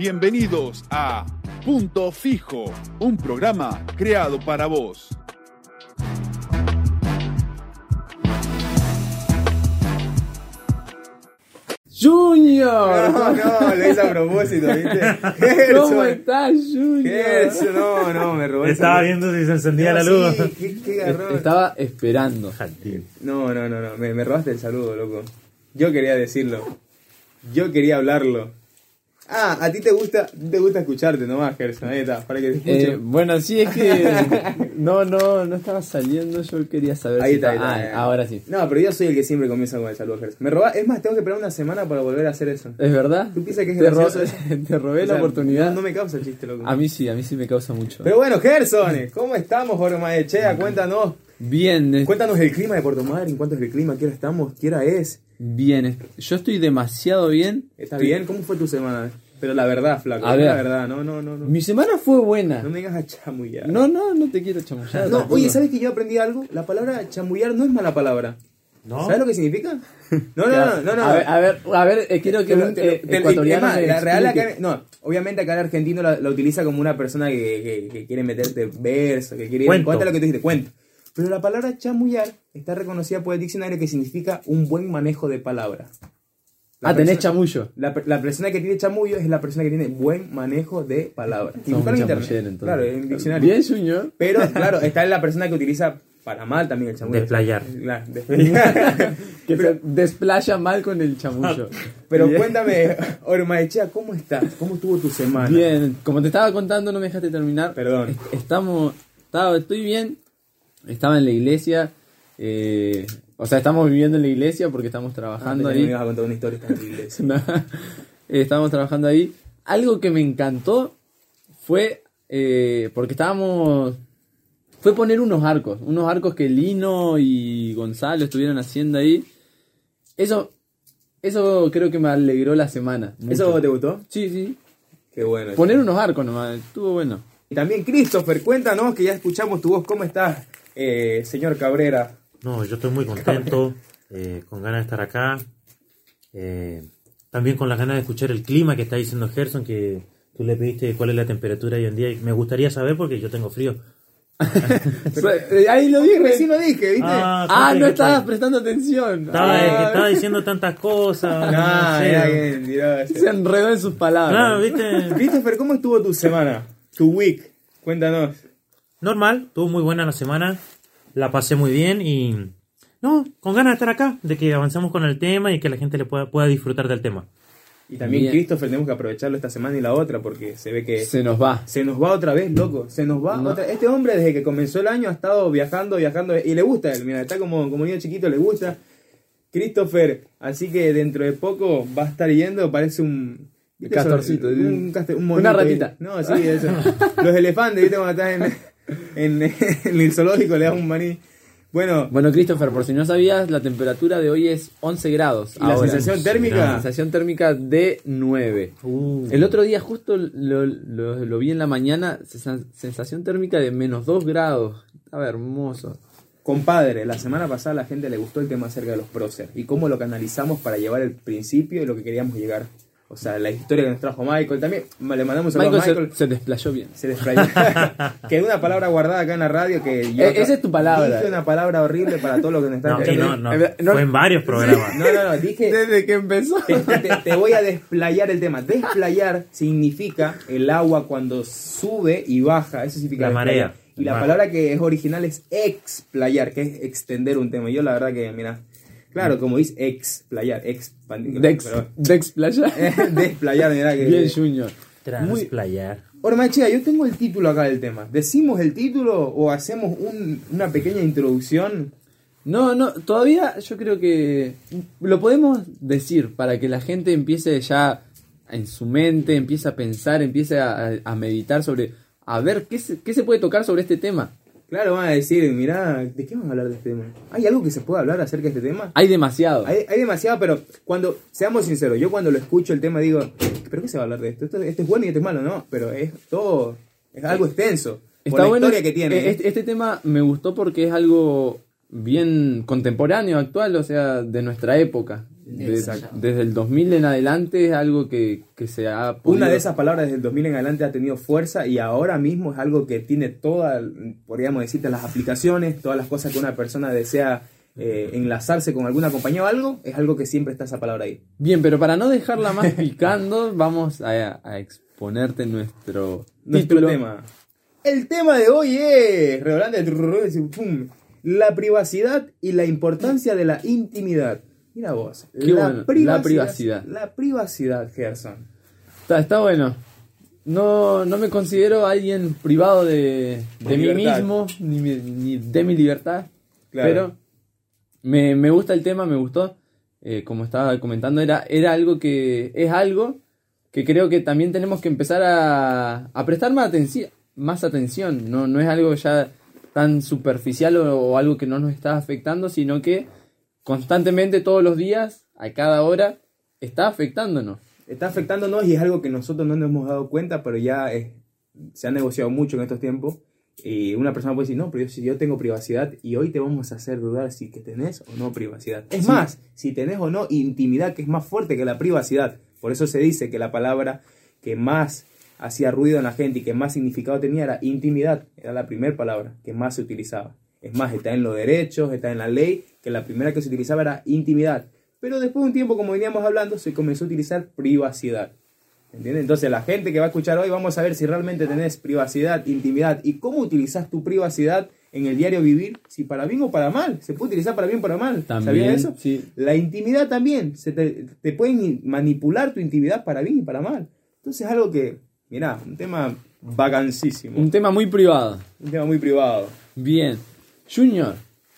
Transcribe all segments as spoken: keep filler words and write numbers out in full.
Bienvenidos a Punto Fijo, un programa creado para vos. ¡Junior! No, no, lo hice a propósito, ¿viste? Gerson. ¿Cómo estás, Junior? Gerson, no, no, me robé. Estaba viendo si se encendía no, la luz. Sí, qué, qué garrón. Estaba esperando. No, no, no, no, me, me robaste el saludo, loco. Yo quería decirlo. Yo quería hablarlo. Ah, a ti te gusta, te gusta escucharte nomás, Gerson. Ahí está, para que te escuche. Eh, bueno, sí, es que no, no, no estaba saliendo. Yo quería saber Ahí si está, ahí estaba- está, ah, ahí está. ahora sí. No, pero yo soy el que siempre comienza con el saludo, Gerson. Me roba, es más, tengo que esperar una semana para volver a hacer eso. ¿Es verdad? ¿Tú piensas que es te, ro- gracioso eso? te robé O sea, la oportunidad. No, no me causa el chiste, loco. A mí sí, a mí sí me causa mucho. Pero bueno, Gerson, ¿cómo estamos, Jorge Maechea? Cuéntanos. Bien, es- Cuéntanos el clima de Puerto Madryn. ¿Cuánto es el clima? ¿Qué hora estamos? ¿Qué hora es? bien. es- Yo estoy demasiado bien. ¿Estás Estoy- bien? ¿Cómo fue tu semana? Pero la verdad, flaco. A la ver. verdad, no, no, no. No, Mi semana fue buena. no me digas a chamullar. No, no, no te quiero chamullar. No, tampoco. oye, ¿sabes que yo aprendí algo? La palabra chamullar no es mala palabra. ¿No? ¿Sabes lo que significa? No, no, no, no, no. A ver, a ver, a ver, eh, quiero que Te lo- un te lo- eh, te lo- ecuatoriano es más, me la real explique. acá, no, obviamente acá el argentino la, la utiliza como una persona que, que, que quiere meterte verso, que quiere ir en Cuento. contra de lo que tú dijiste, cuento. Pero la palabra chamullar está reconocida por el diccionario que significa un buen manejo de palabras. La Ah, tenés persona- chamullo. La, per- la persona que tiene chamullo es la persona que tiene buen manejo de palabras. Y Sos buscar un en internet. chamullero, entonces. Claro, en diccionario. Bien, Junior. Pero, claro, está la persona que utiliza para mal también el chamullo. Desplayar. Claro, desplayar. Que pero, se desplaya mal con el chamullo. pero Bien. cuéntame, Ormaechea, ¿cómo estás? ¿Cómo estuvo tu semana? Bien, como te estaba contando, no me dejaste terminar. Perdón. Est- Estamos, estaba, estoy bien. Estaba en la iglesia. eh, o sea, estamos viviendo en la iglesia porque estamos Ah, trabajando pensé que me ahí. ibas a contar una historia tan increíble. Eh, Estábamos trabajando ahí. Algo que me encantó fue eh, porque estábamos. Fue poner unos arcos. Unos arcos que Lino y Gonzalo estuvieron haciendo ahí. Eso. Eso creo que me alegró la semana. ¿Eso mucho. te gustó? Sí, sí. Qué bueno. Poner unos arcos nomás. Estuvo bueno. Y también, Christopher, cuéntanos que ya escuchamos tu voz. ¿Cómo estás, eh, señor Cabrera? No, yo estoy muy contento, eh, con ganas de estar acá. Eh, también con las ganas de escuchar el clima que está diciendo Gerson, que tú le pediste cuál es la temperatura hoy en día. Y me gustaría saber porque yo tengo frío. Eh, Ahí lo dije. Recién lo dije, ¿viste? Ah, Ah, supe no que estabas está- prestando atención. Estaba, Ah, estaba diciendo tantas cosas. Ah, no sé. era que mentiroso. Se enredó en sus palabras. Claro, viste. Christopher, ¿cómo estuvo tu semana? Tu week. Cuéntanos. Normal, estuvo muy buena la semana. La pasé muy bien y. No, con ganas de estar acá, de que avancemos con el tema y que la gente le pueda, pueda disfrutar del tema. Y también, Bien. Christopher, tenemos que aprovecharlo esta semana y la otra porque se ve que Se nos va. se nos va otra vez, loco. Se nos va No. otra Este hombre, desde que comenzó el año, ha estado viajando, viajando. Y le gusta él, mira, está como, como niño chiquito, le gusta. Christopher, así que dentro de poco va a estar yendo, parece un. ¿viste eso? Castorcito, Un, un, castor- un monito, una ratita. ¿viste? No, sí, eso. Los elefantes, ¿viste? Cuando estás en, en, en el zoológico, le das un maní. Bueno, Bueno, Christopher, por si no sabías, la temperatura de hoy es once grados. ¿y la ahora. sensación La térmica? sensación térmica de nueve. Uh. El otro día justo lo, lo- lo vi en la mañana, sensa- sensación térmica de menos dos grados. Estaba hermoso. Compadre, la semana pasada a la gente le gustó el tema acerca de los próceres y cómo lo canalizamos para llevar el principio y lo que queríamos llegar. O sea, la historia que nos trajo Michael también. Le mandamos un saludo Michael, a Michael. Se, se desplayó bien. Se desplayó. Quedó una palabra guardada acá en la radio que yo. Eh, esa es tu palabra. Dije una palabra horrible para todos los que nos están No, y escuchando. no, no, Eh, no- fue en varios programas. No, no, no, dije. Desde que empezó. Te, te- te voy a desplayar el tema. Desplayar significa el agua cuando sube y baja. Eso significa La desplayar. marea. Y la Mar. palabra que es original es explayar, que es extender un tema. Yo la verdad que, mira, claro, como dice explayar, expandir. Dex, pero- Desplayar. desplayar, mira que. Bien, Junior. Transplayar. Ormachea, yo tengo el título acá del tema. ¿Decimos el título o hacemos un- una pequeña introducción? No, no, todavía yo creo que lo podemos decir para que la gente empiece ya en su mente, empiece a pensar, empiece a, a- a meditar sobre, a ver qué se, qué se puede tocar sobre este tema. Claro, van a decir, mirá, ¿de qué vamos a hablar de este tema? ¿Hay algo que se pueda hablar acerca de este tema? Hay demasiado. Hay, hay demasiado, pero cuando, seamos sinceros, yo cuando lo escucho el tema digo, ¿pero qué se va a hablar de esto? Esto, esto es bueno y esto es malo, ¿no? Pero es todo, es algo extenso. Por la historia que tiene. eh, Este, este tema me gustó porque es algo bien contemporáneo, actual, o sea, de nuestra época. De- Exacto. desde el dos mil en adelante es algo que, que se ha podido... Una de esas palabras desde el dos mil en adelante ha tenido fuerza y ahora mismo es algo que tiene todas, podríamos decirte, las aplicaciones, todas las cosas que una persona desea eh, enlazarse con alguna compañía o algo, es algo que siempre está esa palabra ahí. Bien, pero para no dejarla más picando, vamos a, a exponerte nuestro, Nuestro título. tema. El tema de hoy es, redolante, pum, la privacidad y la importancia de la intimidad. Mira vos, Qué bueno, la privacidad. La privacidad, Gerson. Está, está bueno. No, no me considero alguien privado de, de De mí libertad. mismo, ni, mi- ni de mi libertad. Claro. Pero me, me gusta el tema, me gustó. Eh, como estaba comentando, era, era algo que es algo que creo que también tenemos que empezar a, a prestar más atención. Más atención. No, no es algo ya tan superficial o, o algo que no nos está afectando, sino que constantemente, todos los días, a cada hora, está afectándonos. Está afectándonos y es algo que nosotros no nos hemos dado cuenta, pero ya es- se ha negociado mucho en estos tiempos. Y una persona puede decir, no, pero yo, si yo tengo privacidad y hoy te vamos a hacer dudar si que tenés o no privacidad. Es Sí. más, si tenés o no intimidad, que es más fuerte que la privacidad. Por eso se dice que la palabra que más hacía ruido en la gente y que más significado tenía era intimidad. Era la primera palabra que más se utilizaba. Es más, está en los derechos, está en la ley, que la primera que se utilizaba era intimidad. Pero después de un tiempo, como veníamos hablando, se comenzó a utilizar privacidad. ¿Entiendes? Entonces la gente que va a escuchar hoy, vamos a ver si realmente tenés privacidad, intimidad y cómo utilizas tu privacidad en el diario vivir, si para bien o para mal. Se puede utilizar para bien o para mal. También, ¿Sabías eso? sí. La intimidad también. Se te, te pueden manipular tu intimidad para bien y para mal. Entonces es algo que, mirá, un tema vacancísimo. Un tema muy privado. Un tema muy privado. Bien. Junior,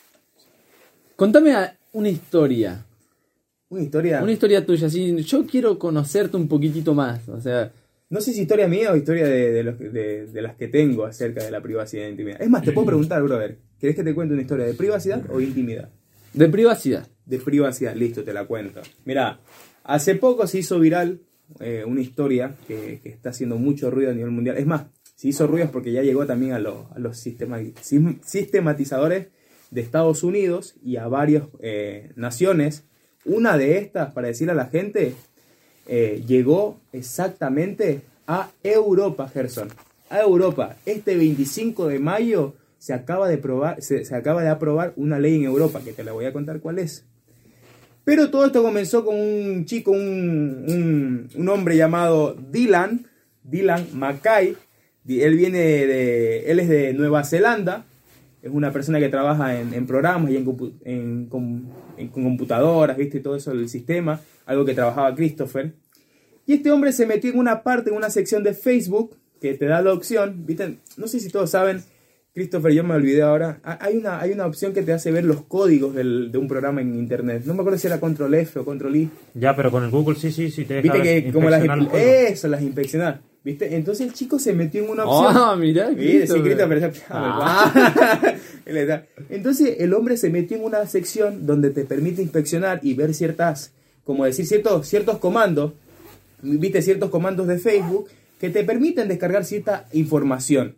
contame a- una historia. Una historia... Una historia tuya. Así, yo quiero conocerte un poquitito más. O sea, No sé si historia mía o historia de, de, los- de- de las que tengo acerca de la privacidad e intimidad. Es más, te puedo preguntar, brother, ¿querés que te cuente una historia de privacidad o intimidad? de privacidad. De privacidad, listo, te la cuento. Mira, hace poco se hizo viral eh, una historia que, que está haciendo mucho ruido a nivel mundial. Es más, se hizo ruido porque ya llegó también a, los- a los sistema- sim- sistematizadores de Estados Unidos y a varias eh, naciones. Una de estas, para decirle a la gente, eh, llegó exactamente a Europa, Gerson. A Europa. Este veinticinco de mayo se acaba de probar, se, se acaba de aprobar una ley en Europa, que te la voy a contar cuál es. Pero todo esto comenzó con un chico, un, un, un hombre llamado Dylan, Dylan Mackay. Di- Él viene de, él es de Nueva Zelanda. Es una persona que trabaja en, en programas y en, compu- en, com- en- con computadoras, ¿viste? Y todo eso del sistema. Algo que trabajaba Christopher. Y este hombre se metió en una parte, en una sección de Facebook, que te da la opción, ¿viste? No sé si todos saben, Christopher, yo me olvidé ahora. Ha- Hay una, hay una opción que te hace ver los códigos del- de un programa en internet. No me acuerdo si era control F o control I. Ya, pero con el Google sí, sí, sí te deja Viste que como las inspeccionar los impl- códigos. eso, las inspeccionar. ¿Viste? Entonces el chico se metió en una opción. Ah, mirá. Sí, sí, Christopher. Christopher, ya- Ah. Él está. Entonces el hombre se metió en una sección donde te permite inspeccionar y ver ciertas, como decir, ciertos, ciertos comandos, viste, ciertos comandos de Facebook que te permiten descargar cierta información.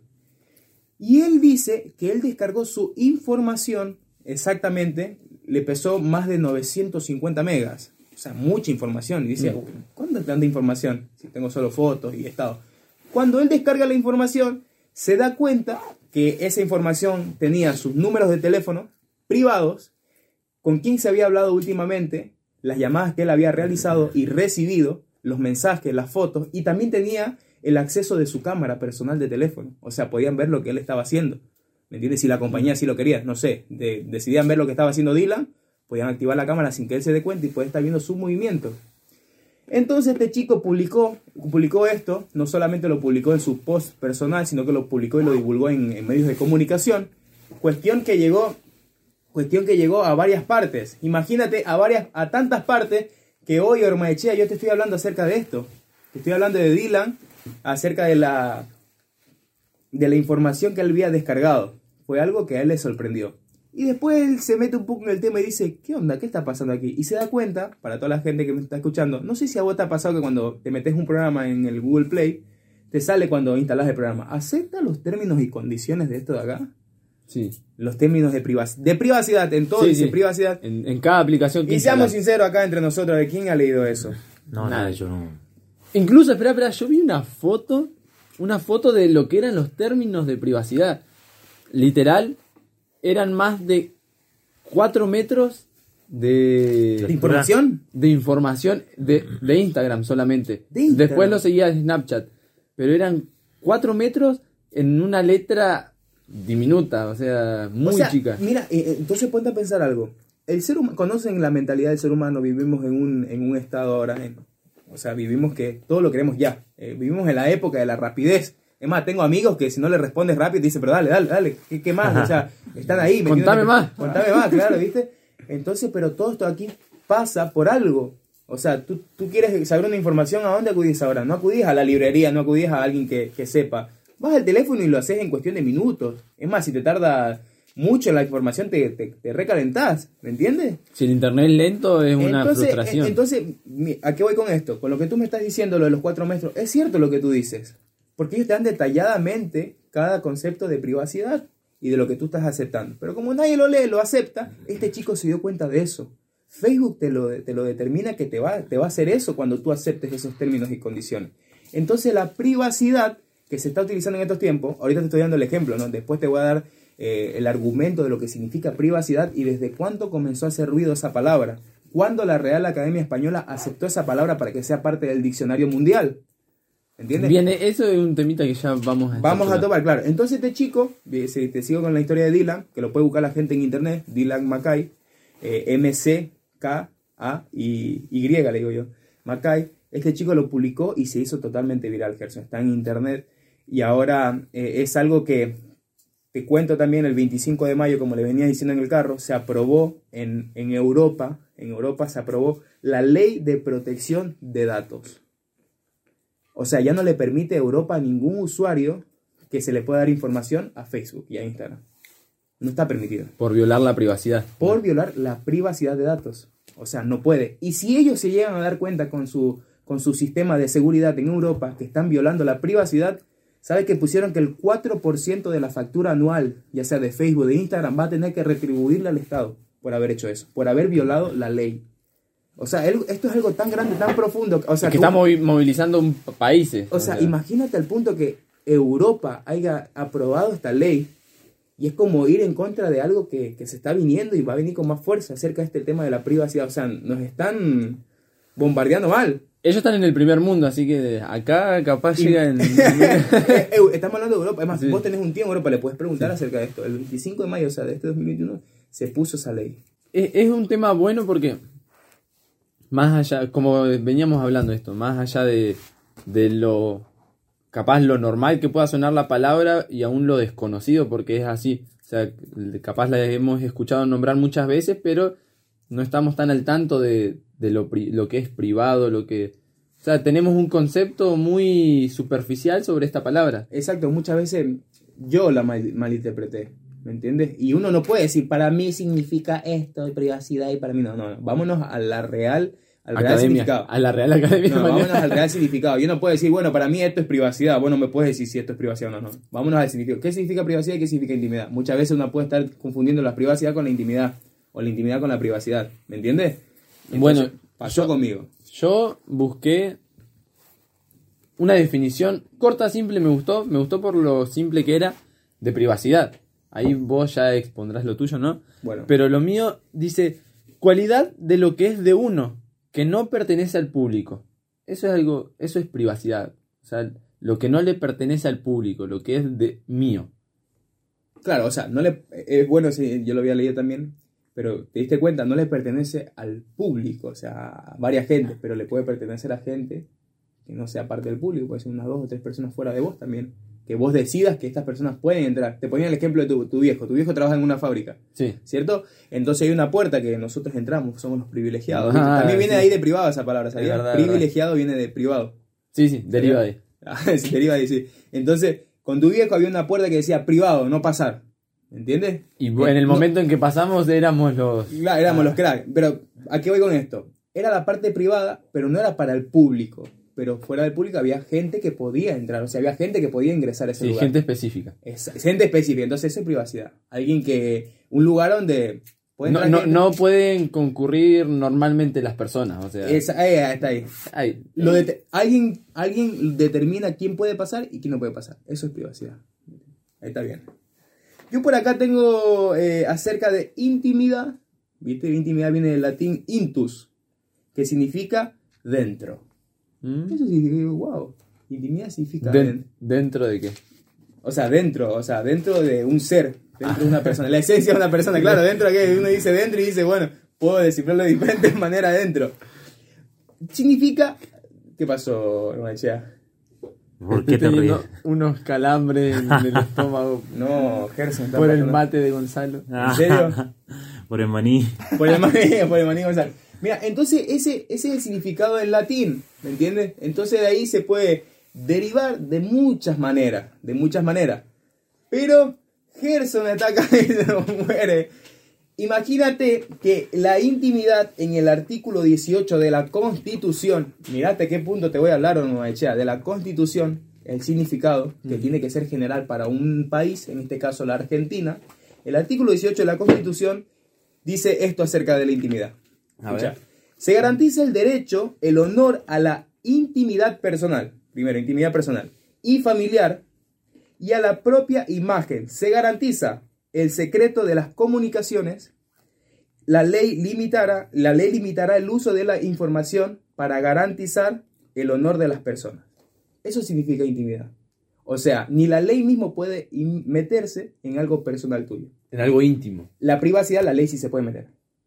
Y él dice que él descargó su información, exactamente, le pesó más de novecientos cincuenta megas. O sea, mucha información. Y dice, ¿cuándo es tanta información? Si tengo solo fotos y estado. Cuando él descarga la información, se da cuenta que esa información tenía sus números de teléfono privados, con quién se había hablado últimamente, las llamadas que él había realizado y recibido, los mensajes, las fotos, y también tenía el acceso de su cámara personal de teléfono. O sea, podían ver lo que él estaba haciendo. ¿Me entiendes? Si la compañía sí lo quería, no sé, de- decidían ver lo que estaba haciendo Dylan, podían activar la cámara sin que él se dé cuenta y puede estar viendo sus movimientos. Entonces este chico publicó, publicó esto, no solamente lo publicó en su post personal, sino que lo publicó y lo divulgó en, en medios de comunicación. Cuestión que llegó, cuestión que llegó a varias partes. Imagínate, a varias, a tantas partes que hoy, Ormaechea, yo te estoy hablando acerca de esto. Te estoy hablando de Dylan, acerca de la, de la información que él había descargado. Fue algo que a él le sorprendió. Y después él se mete un poco en el tema y dice, ¿qué onda? ¿Qué está pasando aquí? Y se da cuenta, para toda la gente que me está escuchando, no sé si a vos te ha pasado que cuando te metes un programa en el Google Play, te sale cuando instalas el programa, ¿acepta los términos y condiciones de esto de acá? Sí. Los términos de privacidad. De privacidad, en todo Sí, dice sí. privacidad. En, en cada aplicación que Y seamos instalas. sinceros acá entre nosotros, ¿de quién ha leído eso? No, nada, yo no. Incluso, espera, espera, yo vi una foto, una foto de lo que eran los términos de privacidad. Literal, eran más de cuatro metros de, ¿De información? de información de, de Instagram solamente. De Instagram. Después lo seguía Snapchat. Pero eran cuatro metros en una letra diminuta, o sea, muy O sea, chica. Mira, eh, entonces ponte a pensar algo. El ser humano, conocen la mentalidad del ser humano, vivimos en un, en un estado ahora, en, o sea, vivimos que todo lo queremos ya. Eh, vivimos en la época de la rapidez. Es más, tengo amigos que si no le respondes rápido te dicen, pero dale, dale, dale, ¿qué, qué más? O sea, están ahí. ¿me Contame entiendes? más. Contame más, claro, ¿viste? Entonces, pero todo esto aquí pasa por algo. O sea, tú, tú quieres saber una información, ¿a dónde acudís ahora? No acudís a la librería, no acudís a alguien que, que sepa. Vas al teléfono y lo haces en cuestión de minutos. Es más, si te tarda mucho la información, te, te, te recalentás, ¿me entiendes? Si el internet es lento es una Entonces, frustración. eh, entonces, mi- ¿a qué voy con esto? Con lo que tú me estás diciendo, lo de los cuatro metros, es cierto lo que tú dices. Porque ellos te dan detalladamente cada concepto de privacidad y de lo que tú estás aceptando. Pero como nadie lo lee, lo acepta, este chico se dio cuenta de eso. Facebook te lo, te lo determina que te va, te va a hacer eso cuando tú aceptes esos términos y condiciones. Entonces la privacidad que se está utilizando en estos tiempos, ahorita te estoy dando el ejemplo, ¿no? Después te voy a dar eh, el argumento de lo que significa privacidad y desde cuándo comenzó a hacer ruido esa palabra. ¿Cuándo la Real Academia Española aceptó esa palabra para que sea parte del diccionario mundial? ¿Entiendes? Viene, eso es un temita que ya vamos a Vamos a estar tomar, claro. Entonces este chico, eh, si te sigo con la historia de Dylan, que lo puede buscar la gente en internet, Dylan Mackay, eh, M C K A y Y, le digo yo, Mackay, este chico lo publicó y se hizo totalmente viral, Gerson. Está en internet y ahora eh, es algo que, te cuento también, el veinticinco de mayo, como le venía diciendo en el carro, se aprobó en, en Europa, en Europa se aprobó la ley de protección de datos. O sea, ya no le permite a Europa a ningún usuario que se le pueda dar información a Facebook y a Instagram. No está permitido. por violar la privacidad. Por violar la privacidad de datos. O sea, no puede. Y si ellos se llegan a dar cuenta con su, con su sistema de seguridad en Europa que están violando la privacidad, ¿sabe que pusieron que el cuatro por ciento de la factura anual, ya sea de Facebook o de Instagram, va a tener que retribuirle al Estado por haber hecho eso, por haber violado la ley? O sea, el- esto es algo tan grande, tan profundo. O sea, Es que tú- está movi- movilizando un- países. o sea, imagínate al punto que Europa haya aprobado esta ley y es como ir en contra de algo que, que se está viniendo y va a venir con más fuerza acerca de este tema de la privacidad. O sea, nos están bombardeando mal. Ellos están en el primer mundo, así que acá capaz Y- llegan... Eh, eh, Estamos hablando de Europa. Es más, Sí. vos tenés un tío en Europa, le puedes preguntar acerca de esto. El veinticinco de mayo, o sea, de este dos mil veintiuno, se puso esa ley. es, es un tema bueno porque, más allá, como veníamos hablando de esto, más allá de, de lo capaz lo normal que pueda sonar la palabra y aún lo desconocido, porque es así. O sea, capaz la hemos escuchado nombrar muchas veces, pero no estamos tan al tanto de, de lo, pri- lo que es privado, lo que... O sea, tenemos un concepto muy superficial sobre esta palabra. Exacto, muchas veces yo la mal- malinterpreté, ¿me entiendes? Y uno no puede decir, para mí significa esto, de privacidad, y para mí no, no, no. Vámonos a la real, al real Academia, significado. a la Real Academia No, Española. vámonos al real significado. Yo no puedo decir, bueno, para mí esto es privacidad. Vos no me puedes decir si esto es privacidad o no, no. Vámonos al significado. ¿Qué significa privacidad y qué significa intimidad? Muchas veces uno puede estar confundiendo la privacidad con la intimidad, o la intimidad con la privacidad, ¿me entiendes? Entonces, Bueno, pasó yo- conmigo. Yo busqué una definición corta, simple, me gustó. Me gustó por lo simple que era de privacidad. Ahí vos ya expondrás lo tuyo, ¿no? Bueno. Pero lo mío dice cualidad de lo que es de uno, que no pertenece al público. Eso es algo, eso es privacidad. O sea, lo que no le pertenece al público, lo que es de mío. Claro, o sea, no le, es bueno, sí, yo lo había leído también, pero te diste cuenta, no le pertenece al público, o sea, a varias gentes, pero le puede pertenecer a gente que no sea parte del público, puede ser unas dos o tres personas fuera de vos también, que vos decidas que estas personas pueden entrar. Te ponía el ejemplo de tu, tu viejo, tu viejo trabaja en una fábrica, Sí. ¿cierto? Entonces hay una puerta que nosotros entramos, somos los privilegiados. Ah, También viene sí. de ahí de privado esa palabra, ¿sabías? Es verdad, Privilegiado viene de privado. Sí, sí, deriva de. Sí, deriva de sí. Entonces, con tu viejo había una puerta que decía privado, no pasar. ¿Entiendes? Y en el No- momento en que pasamos éramos los... Claro, éramos los cracks. Pero, ¿a qué voy con esto? Era la parte privada, pero no era para el público. pero fuera del público había gente que podía entrar, o sea, había gente que podía ingresar a ese Sí, lugar. gente específica. Es, gente específica, entonces eso es privacidad. Alguien que, un lugar donde puede No, entrar no, gente- no pueden concurrir normalmente las personas, o sea... Es- ahí, ahí está ahí. ay, Lo de, alguien, alguien determina quién puede pasar y quién no puede pasar. Eso es privacidad. Ahí está bien. Yo por acá tengo eh, acerca de intimidad. ¿Viste? Intimidad viene del latín intus, que significa dentro. ¿Mm? Eso significa, wow. Intimidad significa Den- dentro. ¿Dentro de qué? O sea, dentro, o sea, dentro de un ser, dentro de una persona. La esencia de una persona, claro, dentro de que uno dice dentro y dice, bueno, puedo descifrarlo de diferentes maneras dentro. Significa... ¿Qué pasó, Machea? ¿Por qué Estoy te ríes? teniendo unos calambres en el estómago No, Gerson está por el pasando- mate de Gonzalo. ¿En serio? Por el maní. Por el maní, por el maní Gonzalo. Mira, entonces ese, ese es el significado del latín, ¿me entiendes? Entonces de ahí se puede derivar de muchas maneras, de muchas maneras. Pero Gerson está acá y se nos muere. Imagínate que la intimidad en el artículo dieciocho de la Constitución, mirate qué punto te voy a hablar, o no, Echea, de la Constitución, el significado que tiene que ser general para un país, en este caso la Argentina. El artículo dieciocho de la Constitución dice esto acerca de la intimidad. A ver. Escucha. Se garantiza el derecho, el honor a la intimidad personal, primero, intimidad personal, y familiar, y a la propia imagen. Se garantiza el secreto de las comunicaciones. La ley limitará, la ley limitará el uso de la información para garantizar el honor de las personas. Eso significa intimidad. O sea, ni la ley mismo puede in- meterse en algo personal tuyo. En algo íntimo. La privacidad, la ley sí se puede meter.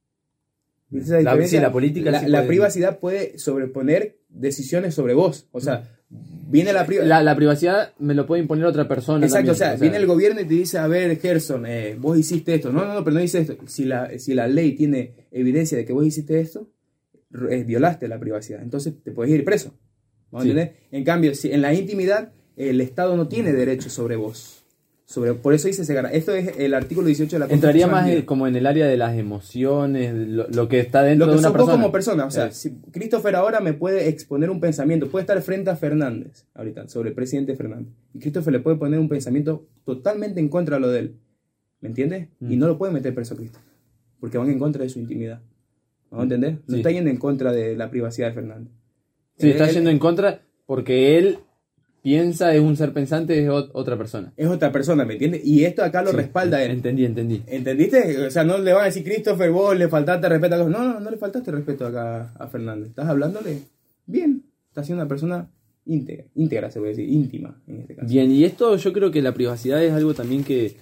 ¿Viste esa La- diferencia? sí, la política La, sí la puede. privacidad puede sobreponer decisiones sobre vos. O sea, viene la privacidad. La, la privacidad me lo puede imponer otra persona. Exacto, también, o sea, viene el gobierno y te dice, a ver, Gerson, eh, vos hiciste esto. No, no, no, pero no dice esto. Si la, si la ley tiene evidencia de que vos hiciste esto, eh, violaste la privacidad. Entonces te puedes ir preso. ¿Vamos a Sí. entender? En cambio, si en la intimidad, el Estado no tiene derecho sobre vos. Sobre, por eso dice, se gar- esto es el artículo dieciocho de la Constitución. Entraría más argentina. eh, como en el área de las emociones, lo, lo que está dentro Lo que de una sos vos persona. como persona. O sea, Eh. si Christopher ahora me puede exponer un pensamiento, puede estar frente a Fernández, ahorita, sobre el presidente Fernández. Y Christopher le puede poner un pensamiento totalmente en contra de lo de él. ¿Me entiendes? Mm. Y no lo puede meter preso a Christopher. Porque van en contra de su intimidad. ¿Vamos a entender? No Sí. está yendo en contra de la privacidad de Fernández. Sí, está Él- yendo en contra porque él piensa, es un ser pensante, es ot- otra persona. Es otra persona, ¿me entiendes? Y esto acá lo Sí, respalda él. Entendí, entendí. ¿Entendiste? O sea, no le van a decir, Christopher, vos le faltaste respeto a los... No, no, no le faltaste respeto acá a Fernández. Estás hablándole bien. Estás siendo una persona íntegra, íntegra se puede decir, íntima en este caso. Bien, y esto yo creo que la privacidad es algo también que,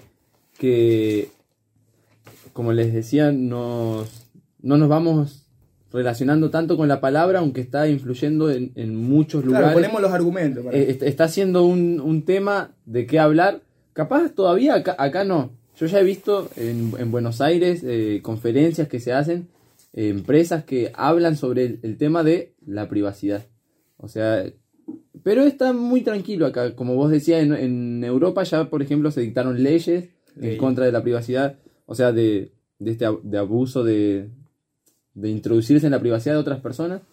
que como les decía, nos, no nos vamos relacionando tanto con la palabra, aunque está influyendo en, en muchos lugares. Claro, ponemos los argumentos. para- Eh, est- está siendo un, un tema de qué hablar. Capaz todavía acá, acá no. Yo ya he visto en, en Buenos Aires eh, conferencias que se hacen, eh, empresas que hablan sobre el, el tema de la privacidad. O sea, pero está muy tranquilo acá. Como vos decías, en, en Europa ya, por ejemplo, se dictaron leyes Ley. en contra de la privacidad. O sea, de, de este ab- de abuso de, de introducirse en la privacidad de otras personas.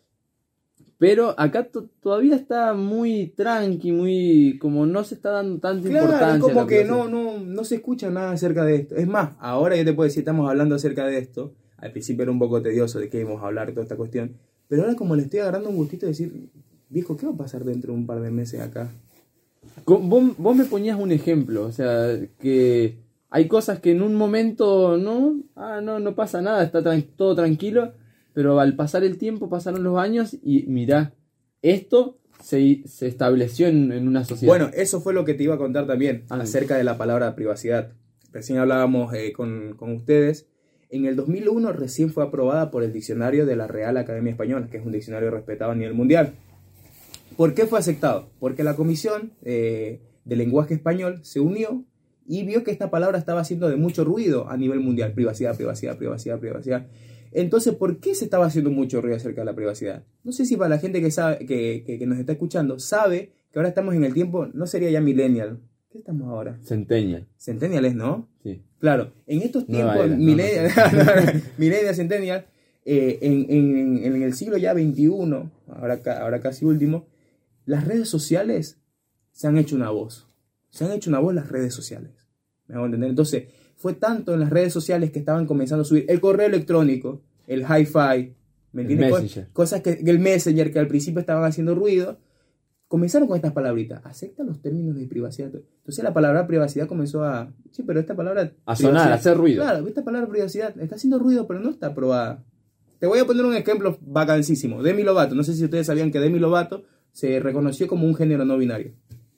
Pero acá to- todavía está muy tranqui, muy... como no se está dando tanta Claro, importancia. es a como la que privacidad. no, no, no se escucha nada acerca de esto. Es más, ahora yo te puedo decir, estamos hablando acerca de esto. Al principio era un poco tedioso de qué íbamos a hablar, toda esta cuestión. Pero ahora como le estoy agarrando un gustito de decir, viejo, ¿qué va a pasar dentro de un par de meses acá? Co- Vos, vos me ponías un ejemplo, o sea, que hay cosas que en un momento no, ah, no, no pasa nada, está tran- todo tranquilo, pero al pasar el tiempo, pasaron los años y mirá, esto se, se estableció en, en una sociedad. Bueno, eso fue lo que te iba a contar también Ah, acerca de la palabra privacidad. Recién hablábamos eh, con, con ustedes. En el dos mil uno recién fue aprobada por el diccionario de la Real Academia Española, que es un diccionario respetado a nivel mundial. ¿Por qué fue aceptado? Porque la Comisión eh, de Lenguaje Español se unió y vio que esta palabra estaba haciendo de mucho ruido a nivel mundial. Privacidad, privacidad, privacidad, privacidad. Entonces, ¿por qué se estaba haciendo mucho ruido acerca de la privacidad? No sé si para la gente que sabe, que, que, que nos está escuchando, sabe que ahora estamos en el tiempo, no sería ya millennial. ¿Qué estamos ahora? Centennial, Centennial es, ¿no? sí. Claro, en estos Nueva tiempos, era, no, millennial, no millennial, centennial, eh, en, en, en el siglo ya veintiuno, ahora, ahora casi último, las redes sociales se han hecho una voz. Se han hecho una voz las redes sociales. ¿Me hago entender? Entonces, fue tanto en las redes sociales que estaban comenzando a subir el correo electrónico, el hi-fi, ¿me entiendes? Messenger. Cosas que el Messenger, que al principio estaban haciendo ruido, comenzaron con estas palabritas. Acepta los términos de privacidad. Entonces la palabra privacidad comenzó a... Sí, pero esta palabra... A sonar, a hacer ruido. Claro, esta palabra privacidad está haciendo ruido, pero no está aprobada. Te voy a poner un ejemplo vacancísimo. Demi Lovato. No sé si ustedes sabían que Demi Lovato se reconoció como un género no binario.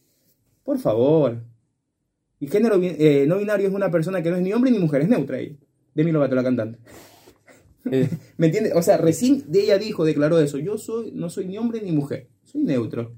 Por favor. Y género eh, no binario es una persona que no es ni hombre ni mujer, es neutra ella. Demi Lovato, la cantante. Eh. ¿Me entiendes? O sea, recién de ella dijo, declaró eso. Yo soy, no soy ni hombre ni mujer, soy neutro.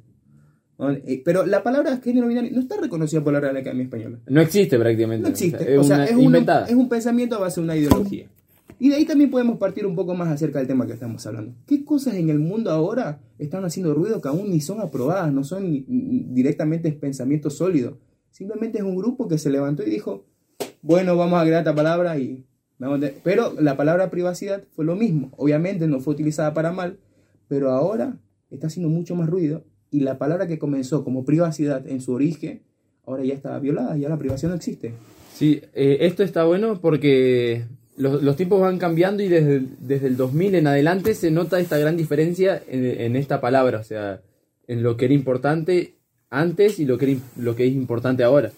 Pero la palabra género binario no está reconocida por la Real Academia Española. No existe prácticamente. No existe. Es, o sea, una es, una, inventada. es un pensamiento a base de una ideología. Y de ahí también podemos partir un poco más acerca del tema que estamos hablando. ¿Qué cosas en el mundo ahora están haciendo ruido que aún ni son aprobadas, no son ni, ni directamente pensamientos sólidos? Simplemente es un grupo que se levantó y dijo, bueno, vamos a agregar esta palabra y... Pero la palabra privacidad fue lo mismo. Obviamente no fue utilizada para mal, pero ahora está haciendo mucho más ruido y la palabra que comenzó como privacidad en su origen, ahora ya está violada, ya la privacidad no existe. Sí, eh, esto está bueno porque los, los tiempos van cambiando y desde, desde el dos mil en adelante se nota esta gran diferencia en, en esta palabra, o sea, en lo que era importante antes y lo que, era, lo que es importante ahora.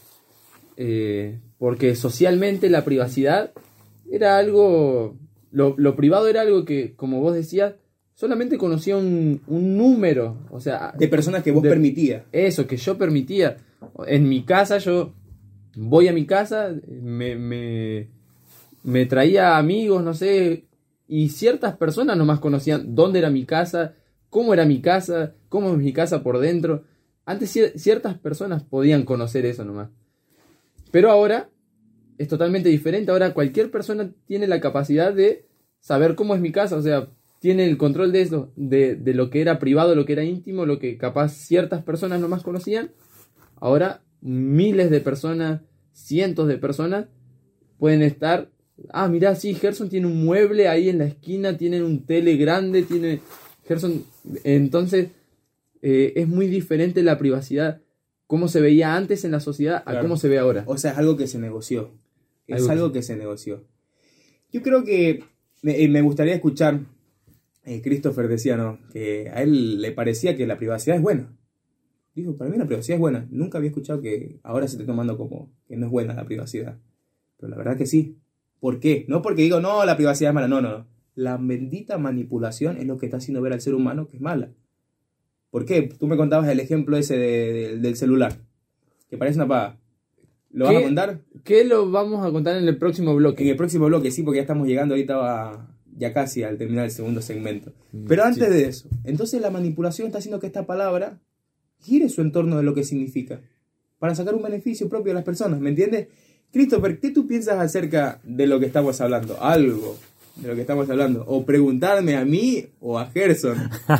Eh, porque socialmente la privacidad era algo, lo, lo privado era algo que, como vos decías, solamente conocía un, un número, o sea... De personas que vos de, permitías. Eso, que yo permitía. En mi casa, yo voy a mi casa, me, me, me traía amigos, no sé, y ciertas personas nomás conocían dónde era mi casa, cómo era mi casa, cómo es mi casa por dentro. Antes ciertas personas podían conocer eso nomás. Pero ahora es totalmente diferente. Ahora cualquier persona tiene la capacidad de saber cómo es mi casa. O sea, tiene el control de eso, de, de lo que era privado, lo que era íntimo, lo que capaz ciertas personas nomás conocían. Ahora miles de personas, cientos de personas pueden estar... Ah, mirá, sí, Gerson tiene un mueble ahí en la esquina, tiene un tele grande, tiene... Gerson... Entonces, eh, es muy diferente la privacidad, cómo se veía antes en la sociedad a Claro. cómo se ve ahora. O sea, es algo que se negoció. Es Algo algo, que- que se negoció. Yo creo que me, me gustaría escuchar, eh, Christopher decía, ¿no? Que a él le parecía que la privacidad es buena. Dijo, para mí la privacidad es buena. Nunca había escuchado que ahora se esté tomando como que no es buena la privacidad. Pero la verdad que sí. ¿Por qué? No porque digo, no, la privacidad es mala. No, no, no. La bendita manipulación es lo que está haciendo ver al ser humano que es mala. ¿Por qué? Tú me contabas el ejemplo ese de- de- del celular, que parece una paga. ¿Lo vas ¿Qué? a contar? ¿Qué lo vamos a contar en el próximo bloque? En el próximo bloque, sí, porque ya estamos llegando ahorita a- ya casi al terminar el segundo segmento. Pero antes Sí. de eso, entonces la manipulación está haciendo que esta palabra gire su entorno de lo que significa, para sacar un beneficio propio a las personas, ¿me entiendes? Christopher, ¿qué tú piensas acerca de lo que estamos hablando? Algo de lo que estamos hablando. O preguntarme a mí o a Gerson.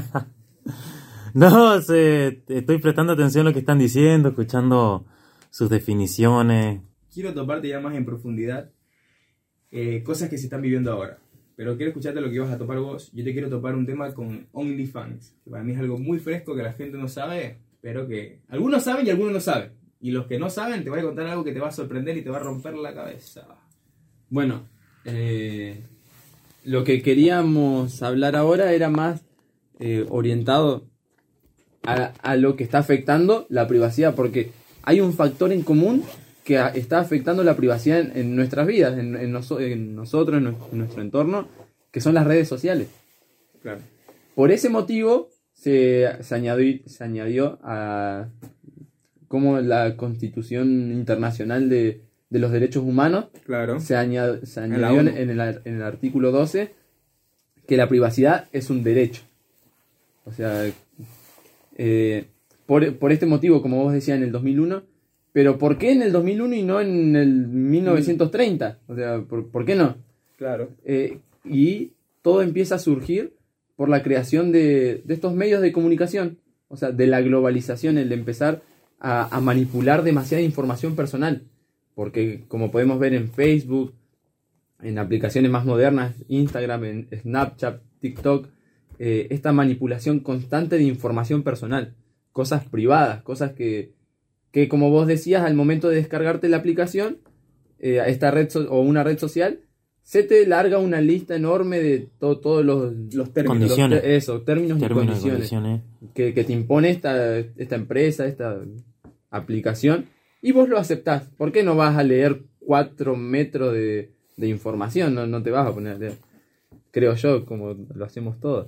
No, se, estoy prestando atención a lo que están diciendo, escuchando sus definiciones. Quiero toparte ya más en profundidad eh, cosas que se están viviendo ahora. Pero quiero escucharte lo que vas a topar vos. Yo te quiero topar un tema con OnlyFans, que para mí es algo muy fresco que la gente no sabe, pero que algunos saben y algunos no saben. Y los que no saben, te voy a contar algo que te va a sorprender y te va a romper la cabeza. Bueno, eh, lo que queríamos hablar ahora era más eh, orientado a, a lo que está afectando la privacidad, porque hay un factor en común que a- está afectando la privacidad en, en nuestras vidas, en, en noso- en nosotros, en, nues- en nuestro entorno, que son las redes sociales. Claro. Por ese motivo se, se, añadió, se añadió a como la Constitución Internacional de, de los Derechos Humanos Claro. se, añad- se En la añadió en, ONU. en el, ar- en el artículo doce que la privacidad es un derecho. O sea, eh, por, por este motivo, como vos decías, en el dos mil uno, pero ¿por qué en el dos mil uno y no en el mil novecientos treinta? O sea, ¿por, por qué no? Claro. Eh, y todo empieza a surgir por la creación de, de estos medios de comunicación, o sea, de la globalización, el de empezar a, a manipular demasiada información personal, porque como podemos ver en Facebook, en aplicaciones más modernas, Instagram, en Snapchat, TikTok, eh, esta manipulación constante de información personal, cosas privadas, cosas que, que como vos decías, al momento de descargarte la aplicación, eh, esta red so- o una red social, se te larga una lista enorme de to- todos los, Los términos. Condiciones. los te- eso, términos, Términos y y condiciones, condiciones. Que, que te impone esta, esta empresa, esta aplicación, y vos lo aceptás. ¿Por qué no vas a leer cuatro metros de, de información? No, no te vas a poner a leer, creo yo, como lo hacemos todos.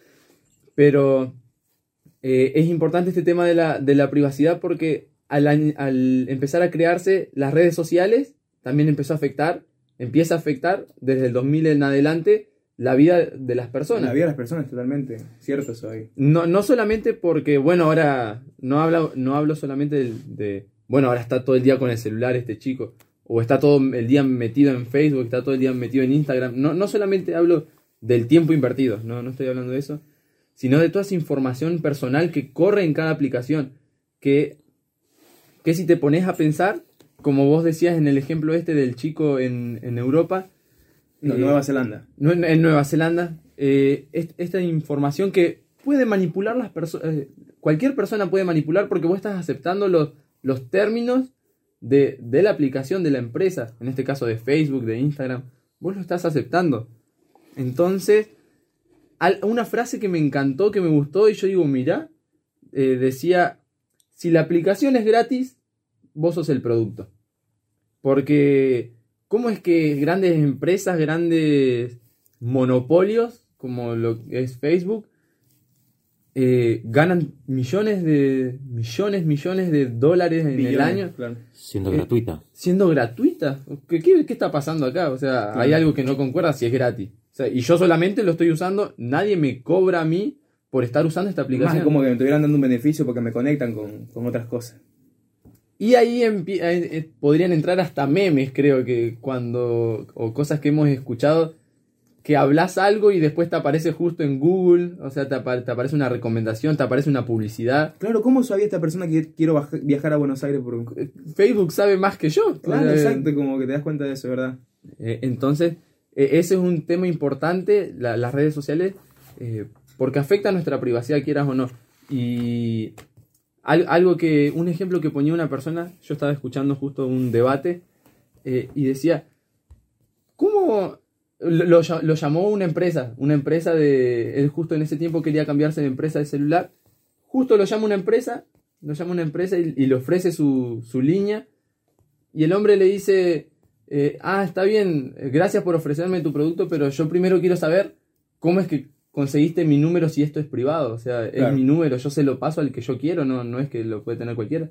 Pero eh, es importante este tema de la, de la privacidad porque al, añ- al empezar a crearse las redes sociales, también empezó a afectar, empieza a afectar desde el dos mil en adelante la vida de las personas. La vida de las personas, totalmente. Cierto eso ahí. No, no solamente porque, bueno, ahora no hablo, no hablo solamente de, de, bueno, ahora está todo el día con el celular este chico, o está todo el día metido en Facebook, está todo el día metido en Instagram. No, no solamente hablo del tiempo invertido, no, no estoy hablando de eso, sino de toda esa información personal que corre en cada aplicación, que, que si te pones a pensar, como vos decías en el ejemplo este del chico en, en Europa, No, eh, Nueva Zelanda. no, en, en Nueva Zelanda, eh, est- esta información que puede manipular las personas, eh, cualquier persona puede manipular porque vos estás aceptando los, los términos de, de la aplicación de la empresa, en este caso de Facebook, de Instagram, vos lo estás aceptando. Entonces, al- una frase que me encantó, que me gustó, y yo digo, mirá, eh, decía, si la aplicación es gratis, vos sos el producto. Porque, ¿cómo es que grandes empresas, grandes monopolios, como lo que es Facebook, eh, ganan millones de millones, millones de dólares en el Billones, año claro. Siendo Eh, gratuita. siendo gratuita? ¿Qué, qué, qué está pasando acá? O sea, Claro. hay algo que no concuerda si es gratis. O sea, y yo solamente lo estoy usando, nadie me cobra a mí por estar usando esta Más aplicación. es como que me estuvieran dando un beneficio porque me conectan con, con otras cosas. Y ahí empie- eh, eh, podrían entrar hasta memes, creo que cuando, o cosas que hemos escuchado, que hablas algo y después te aparece justo en Google, o sea, te, apa- te aparece una recomendación, te aparece una publicidad. Claro, ¿cómo sabía esta persona que quiero baja- viajar a Buenos Aires por un... Facebook sabe más que yo. Claro, O sea, exacto, como que te das cuenta de eso, ¿verdad? eh, entonces, eh, ese es un tema importante, la- las redes sociales, eh, porque afecta a nuestra privacidad, quieras o no. Y al- algo que, un ejemplo que ponía una persona, yo estaba escuchando justo un debate, eh, y decía, ¿cómo lo, lo ll- lo llamó una empresa? Una empresa de, él justo en ese tiempo quería cambiarse de empresa de celular, justo lo llama una empresa, lo llama una empresa y, y le ofrece su, su línea, y el hombre le dice, eh, ah, está bien, eh, gracias por ofrecerme tu producto, pero yo primero quiero saber cómo es que conseguiste mi número si esto es privado. O sea, Claro. es mi número, yo se lo paso al que yo quiero, no, no es que lo puede tener cualquiera.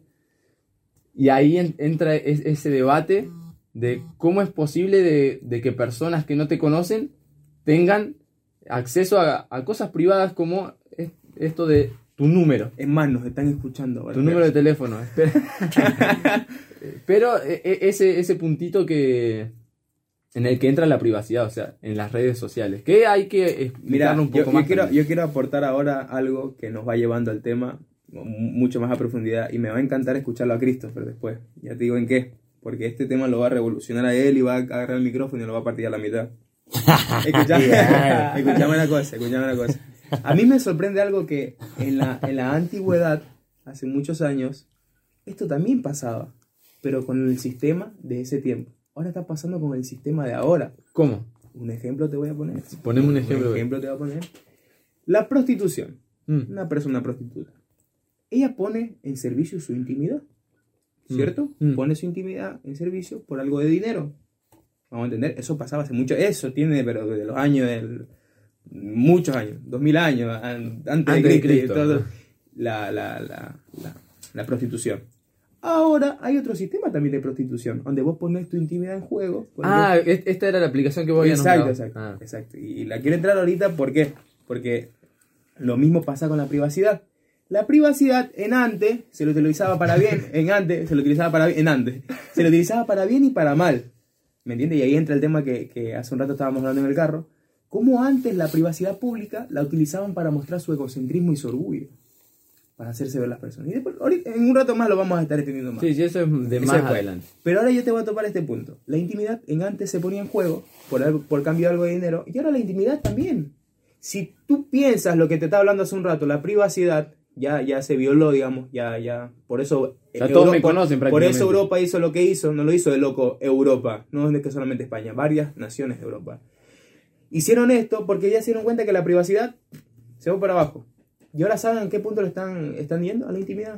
Y ahí en- entra es- ese debate de cómo es posible de, de que personas que no te conocen tengan acceso a, a cosas privadas como es- esto de tu número. Es más, nos están escuchando ahora. Tu número de teléfono. Espera. Pero e- e- ese, ese puntito que en el que entra la privacidad, o sea, en las redes sociales. Que hay que Mira, explicarlo un yo, poco yo más. quiero, también. yo quiero aportar ahora algo que nos va llevando al tema mu- mucho más a profundidad y me va a encantar escucharlo a Christopher después. Ya te digo en qué. Porque este tema lo va a revolucionar a él y va a agarrar el micrófono y lo va a partir a la mitad. Escuchame, Yeah. escuchame una cosa, escuchame una cosa. A mí me sorprende algo que en la, en la antigüedad, hace muchos años, esto también pasaba, pero con el sistema de ese tiempo. Ahora está pasando con el sistema de ahora. ¿Cómo? Un ejemplo te voy a poner. Poneme un ejemplo. Un ejemplo te voy a poner. La prostitución. Mm. Una persona prostituta. Ella pone en servicio su intimidad. ¿Cierto? Mm. Pone su intimidad en servicio por algo de dinero. Vamos a entender, eso pasaba hace mucho. Eso tiene, pero desde los años del. Muchos años, dos mil años, an- antes, Antes de de Cristo. y Cristo, todo, ¿no? la, la, la, la, la prostitución. Ahora hay otro sistema también de prostitución, donde vos pones tu intimidad en juego. por Ah, et- esta era la aplicación que vos habías Exacto, nombrado. exacto, Ah. exacto. Y la quiero entrar ahorita, ¿por qué? Porque lo mismo pasa con la privacidad. La privacidad en antes se lo utilizaba para bien, en antes se lo utilizaba para bien, en antes se lo utilizaba para bien y para mal. ¿Me entiendes? Y ahí entra el tema que, que hace un rato estábamos hablando en el carro. Cómo antes la privacidad pública la utilizaban para mostrar su egocentrismo y su orgullo. para hacerse ver las personas. Y después, ahorita, en un rato más lo vamos a estar extendiendo más. Sí, sí, eso es de Eso más después. adelante. Pero ahora yo te voy a topar este punto. La intimidad en antes se ponía en juego por, algo, por cambio de algo de dinero, y ahora la intimidad también. Si tú piensas lo que te estaba hablando hace un rato, la privacidad ya, ya se violó, digamos, ya, ya, por eso... O sea, todos me conocen Por prácticamente. eso Europa hizo lo que hizo, no lo hizo de loco Europa, no es que solamente España, varias naciones de Europa. Hicieron esto porque ya se dieron cuenta que la privacidad se va para abajo. Y ahora saben a qué punto lo están, están yendo a la intimidad.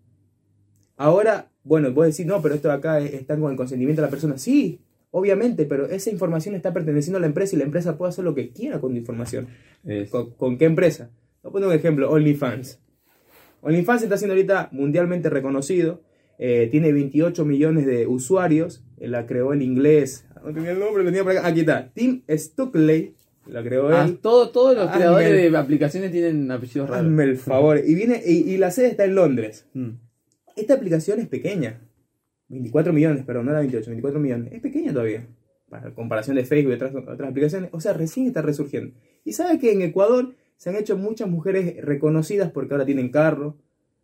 Ahora, bueno, vos decís, no, pero esto de acá está con el consentimiento de la persona. Sí, obviamente, pero esa información está perteneciendo a la empresa y la empresa puede hacer lo que quiera con tu información. Es- ¿Con, con qué empresa? Voy a poner un ejemplo, OnlyFans. OnlyFans está siendo ahorita mundialmente reconocido. Eh, tiene veintiocho millones de usuarios. Eh, la creó el inglés. No tenía el nombre, lo tenía por acá. Aquí está. Tim Stockley. La creó Ah, él. todo, todos los Hazme creadores el- de aplicaciones tienen apellidos raros. Hazme el favor. Y, viene, y, y la sede está en Londres. Mm. Esta aplicación es pequeña. veinticuatro millones, pero no era veintiocho, veinticuatro millones. Es pequeña todavía. Para comparación de Facebook y otras, otras aplicaciones. O sea, recién está resurgiendo. Y sabes que en Ecuador se han hecho muchas mujeres reconocidas porque ahora tienen carro,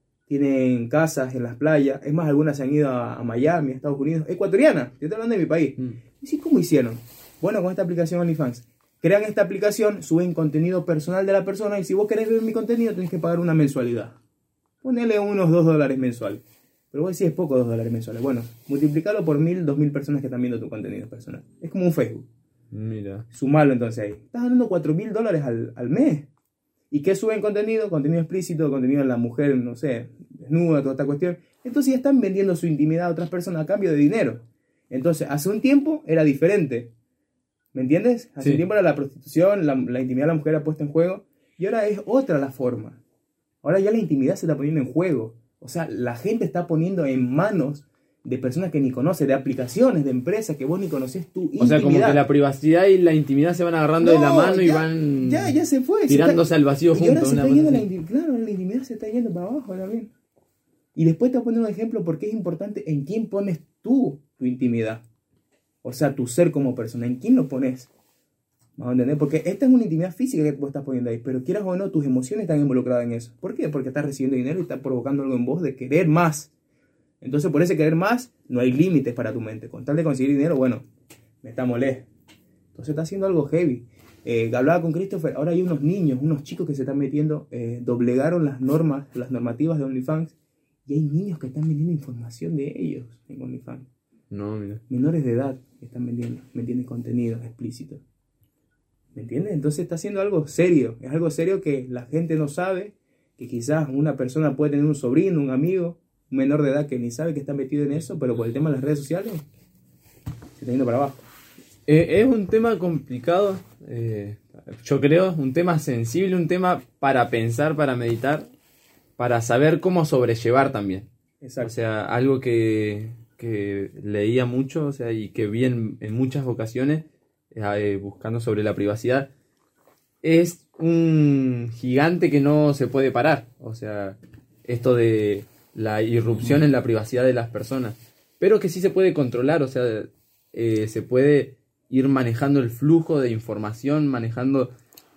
tienen casas en las playas. Es más, algunas se han ido a, a Miami, a Estados Unidos. Ecuatoriana, yo estoy hablando de mi país. Mm. ¿Y sí, cómo hicieron? Bueno, con esta aplicación OnlyFans. Crean esta aplicación, suben contenido personal de la persona y si vos querés ver mi contenido tenés que pagar una mensualidad. Ponele unos dos dólares mensuales. Pero vos decís, es poco dos dólares mensuales. Bueno, multiplicarlo por mil, dos mil personas que están viendo tu contenido personal. Es como un Facebook. Mira. Sumalo entonces ahí. Estás ganando cuatro mil dólares al, al mes. ¿Y qué suben contenido? Contenido explícito, contenido de la mujer, no sé, desnuda, toda esta cuestión. Entonces ya están vendiendo su intimidad a otras personas a cambio de dinero. Entonces, hace un tiempo era diferente. ¿Me entiendes? Hace Sí. un tiempo era la prostitución, la, la intimidad de la mujer era puesta en juego. Y ahora es otra la forma. Ahora ya la intimidad se está poniendo en juego. O sea, la gente está poniendo en manos de personas que ni conoce, de aplicaciones, de empresas que vos ni conocés tu intimidad. O sea, como que la privacidad y la intimidad se van agarrando de la No, mano y ya- van ya, ya se fue. se tirándose está- al vacío y ahora juntos. se una está cosa yendo la así. intimidad, claro, la intimidad se está yendo para abajo también. Y después te voy a poner un ejemplo porque es importante en quién pones tú tu intimidad. O sea, tu ser como persona, ¿en quién lo pones? ¿Vamos a entender? Porque esta es una intimidad física que vos estás poniendo ahí, pero quieras o no, tus emociones están involucradas en eso. ¿Por qué? Porque estás recibiendo dinero y estás provocando algo en vos de querer más. Entonces, por ese querer más, no hay límites para tu mente. Con tal de conseguir dinero, bueno, metámosle. Entonces está haciendo algo heavy. Eh, hablaba con Christopher, ahora hay unos niños, unos chicos que se están metiendo, eh, doblegaron las normas, las normativas de OnlyFans, y hay niños que están vendiendo información de ellos en OnlyFans. No, mira. Menores de edad que están vendiendo, vendiendo contenido explícito. ¿Me entiendes? Entonces está haciendo algo serio. Es algo serio que la gente no sabe, que quizás una persona puede tener un sobrino, un amigo, un menor de edad que ni sabe que está metido en eso, pero por el tema de las redes sociales se está yendo para abajo. Eh, es un tema complicado, eh, yo creo, un tema sensible, un tema para pensar, para meditar, para saber cómo sobrellevar también. Exacto. O sea, algo que, que leía mucho, o sea, y que vi en, en muchas ocasiones, eh, buscando sobre la privacidad, es un gigante que no se puede parar. O sea, esto de la irrupción en la privacidad de las personas, pero que sí se puede controlar, o sea, eh, se puede ir manejando el flujo de información, manejando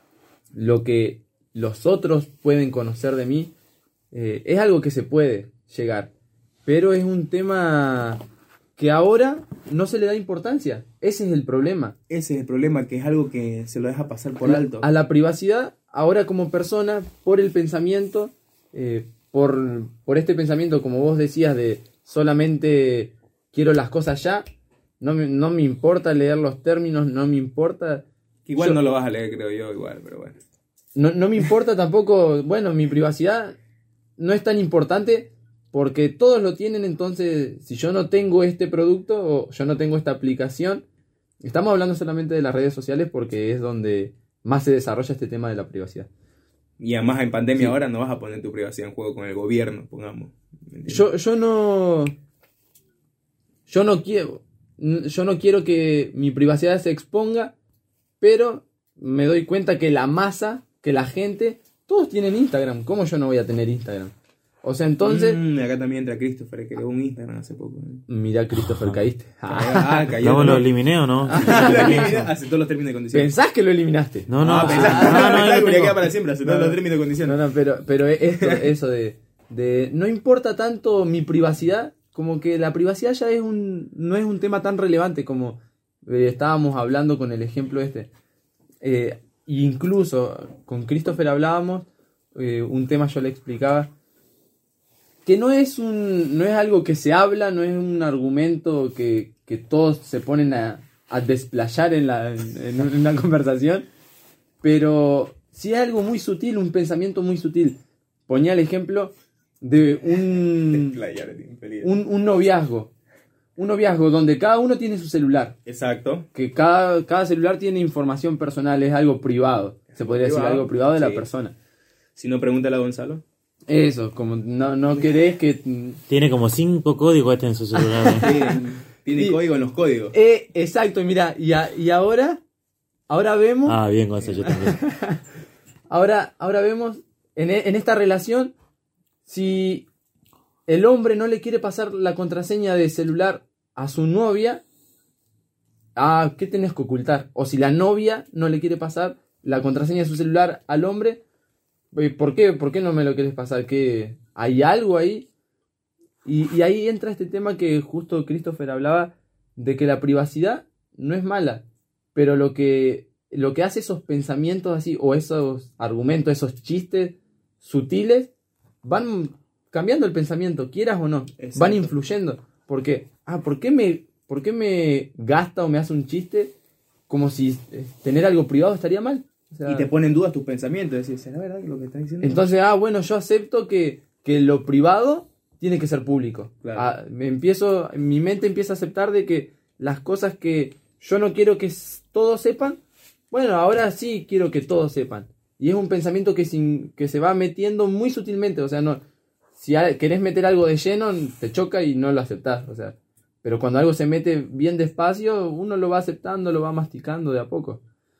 lo que los otros pueden conocer de mí. Eh, es algo que se puede llegar, pero es un tema que ahora no se le da importancia. Ese es el problema. Ese es el problema, que es algo que se lo deja pasar por La- alto. A la privacidad, ahora como persona, por el pensamiento, eh, por, por este pensamiento, como vos decías, de solamente quiero las cosas ya, no me, no me importa leer los términos, no me importa... Que igual yo- no lo vas a leer, creo yo, igual, pero bueno. No, no me importa tampoco, bueno, mi privacidad no es tan importante porque todos lo tienen, entonces si yo no tengo este producto o yo no tengo esta aplicación, estamos hablando solamente de las redes sociales porque es donde más se desarrolla este tema de la privacidad. Y además en pandemia Sí. ahora no vas a poner tu privacidad en juego con el gobierno, pongamos. ¿Me entiendes? Yo, yo no, yo no quiero, yo no quiero que mi privacidad se exponga, pero me doy cuenta que la masa, que la gente, todos tienen Instagram. ¿Cómo yo no voy a tener Instagram? O sea, entonces... Mm, acá también entra Christopher, que creó un Instagram hace poco. ¿eh? Mirá, Christopher, caíste. Ah, cayó. Luego lo ¿no? eliminé o no. Aceptó los términos y condiciones. ¿Pensás que lo eliminaste? No, no, Ah, sí. pensá- Ah, no, pensá yo que tengo- queda para siempre, aceptó No, los no. términos y condiciones. No, no, pero, pero esto, eso de, de no importa tanto mi privacidad, como que la privacidad ya es un no es un tema tan relevante como eh, estábamos hablando con el ejemplo este. Eh, incluso con Christopher hablábamos, eh, un tema yo le explicaba, que no es un no es algo que se habla, no es un argumento que, que todos se ponen a, a desplayar en, la, en, en una conversación, pero sí es algo muy sutil, un pensamiento muy sutil. Ponía el ejemplo de un, un, un noviazgo. Un noviazgo donde cada uno tiene su celular. Exacto. Que cada, cada celular tiene información personal, es algo privado. Se podría Privado, decir algo privado de sí. la persona. Si no, pregúntale a Gonzalo. Eso, como no, no querés que... Tiene como cinco códigos este en su celular. Tiene, tiene Y- código en los códigos. Eh, exacto, y mira, y, a- y ahora, ahora vemos... Ah, bien, Gonzalo, yo también. Ahora, ahora vemos en, e- en esta relación, si el hombre no le quiere pasar la contraseña de celular a su novia, ah, ¿qué tenés que ocultar? O si la novia no le quiere pasar la contraseña de su celular al hombre, eh, ¿por qué, ¿por qué no me lo quieres pasar? ¿Qué, ¿Hay algo ahí? Y, y ahí entra este tema que justo Christopher hablaba, de que la privacidad no es mala, pero lo que, lo que hace esos pensamientos así, o esos argumentos, esos chistes sutiles, van cambiando el pensamiento, quieras o no, Exacto. van influyendo. ¿Por qué? Ah, ¿por qué me, por qué me gasta o me hace un chiste como si eh, tener algo privado estaría mal? O sea, Y te pone en duda tus pensamientos. Decís, ¿será verdad que lo que estás diciendo? entonces, ah, bueno, yo acepto que, que lo privado tiene que ser público. Claro. Ah, me empiezo, mi mente empieza a aceptar de que las cosas que yo no quiero que s- todos sepan, bueno, ahora sí quiero que todos sepan. Y es un pensamiento que, sin, que se va metiendo muy sutilmente. O sea, no, si a- querés meter algo de lleno, te choca y no lo aceptás. O sea, pero cuando algo se mete bien despacio, uno lo va aceptando, lo va masticando de a poco.